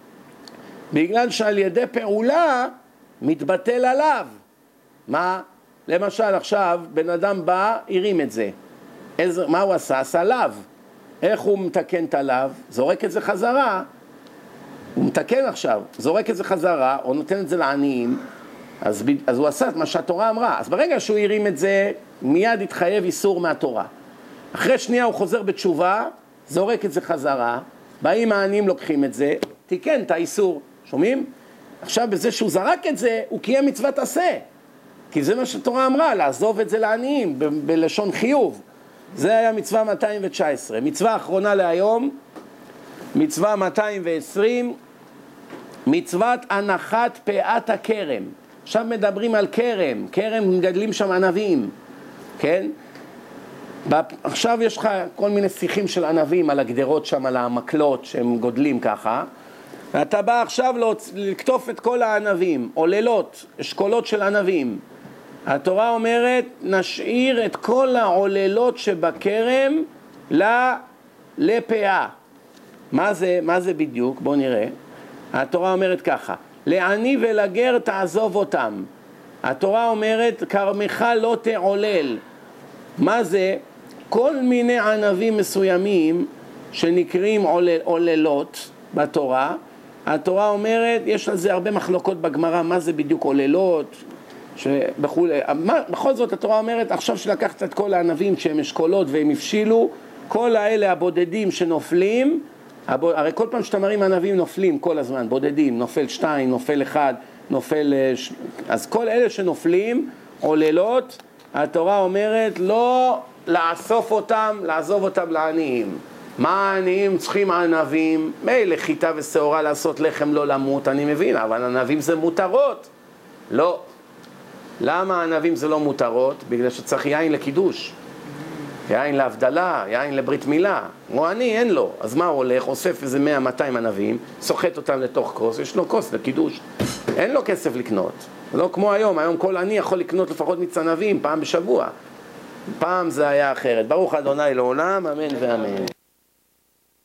בגלל שעל ידי פעולה מתבטל עליו. מה? למשל עכשיו בן אדם בא, הרים את זה. מה הוא עשה? עשה לאו. איך הוא מתקן את הלאו? זורק את זה חזרה. הוא מתקן עכשיו, זורק את זה חזרה, או נותן את זה לעניים, אז הוא עשה את מה שהתורה אמרה. אז ברגע שהוא הרים את זה, מיד התחייב איסור מהתורה. אחרי שנייה הוא חוזר בתשובה, זורק את זה חזרה, באים העניים לוקחים את זה, תיקן את האיסור. שומעים? עכשיו בזה שהוא זרק את זה, הוא קיים מצוות עשה. כי זה מה שהתורה אמרה, לעזוב את זה לעניים, בלשון חיוב. זה היה מצווה 219. מצווה האחרונה להיום, מצווה 220, מצוות הנחת פאת הכרם. עכשיו מדברים על כרם, כרם מגדלים שם ענבים, כן? עכשיו יש לך כל מיני שיחים של ענבים על הגדרות שם, על המקלות שהם גודלים ככה, ואתה בא עכשיו לקטוף את כל הענבים, עוללות, אשכולות של ענבים. התורה אומרת, נשאיר את כל העוללות שבכרם לפאה. מה זה בדיוק? בואו נראה. התורה אומרת ככה, לעני ולגר תעזוב אותם. התורה אומרת, כרמך לא תעולל. מה זה? כל מיני ענבים מסוימים שנקראים עוללות בתורה. התורה אומרת, יש על זה הרבה מחלוקות בגמרא, מה זה בדיוק עוללות, בכל זאת התורה אומרת, עכשיו שלקחת את כל הענבים שהם אשכולות והם הבשילו, כל האלה הבודדים שנופלים, הרי כל פעם שאתה מרים ענבים נופלים כל הזמן, בודדים, נופל 2, נופל 1, נופל... אז כל אלה שנופלים, עוללות, התורה אומרת לא לאסוף אותם, לעזוב אותם לעניים. מה העניים צריכים ענבים? מילא חיטה ושעורה לעשות לחם לא למות, אני מבין, אבל ענבים זה מותרות. לא. למה ענבים זה לא מותרות? בגלל שצריך יין לקידוש. יין להבדלה, יין לברית מילה. הוא עני, אין לו. אז מה הוא הולך? אוסף איזה 100-200 ענבים, סוחט אותם לתוך כוס, יש לו כוס לקידוש. אין לו כסף לקנות. לא כמו היום, היום כל עני יכול לקנות לפחות מיץ ענבים פעם בשבוע. פעם זה היה אחרת. ברוך ה' לעולם, אמן ואמן.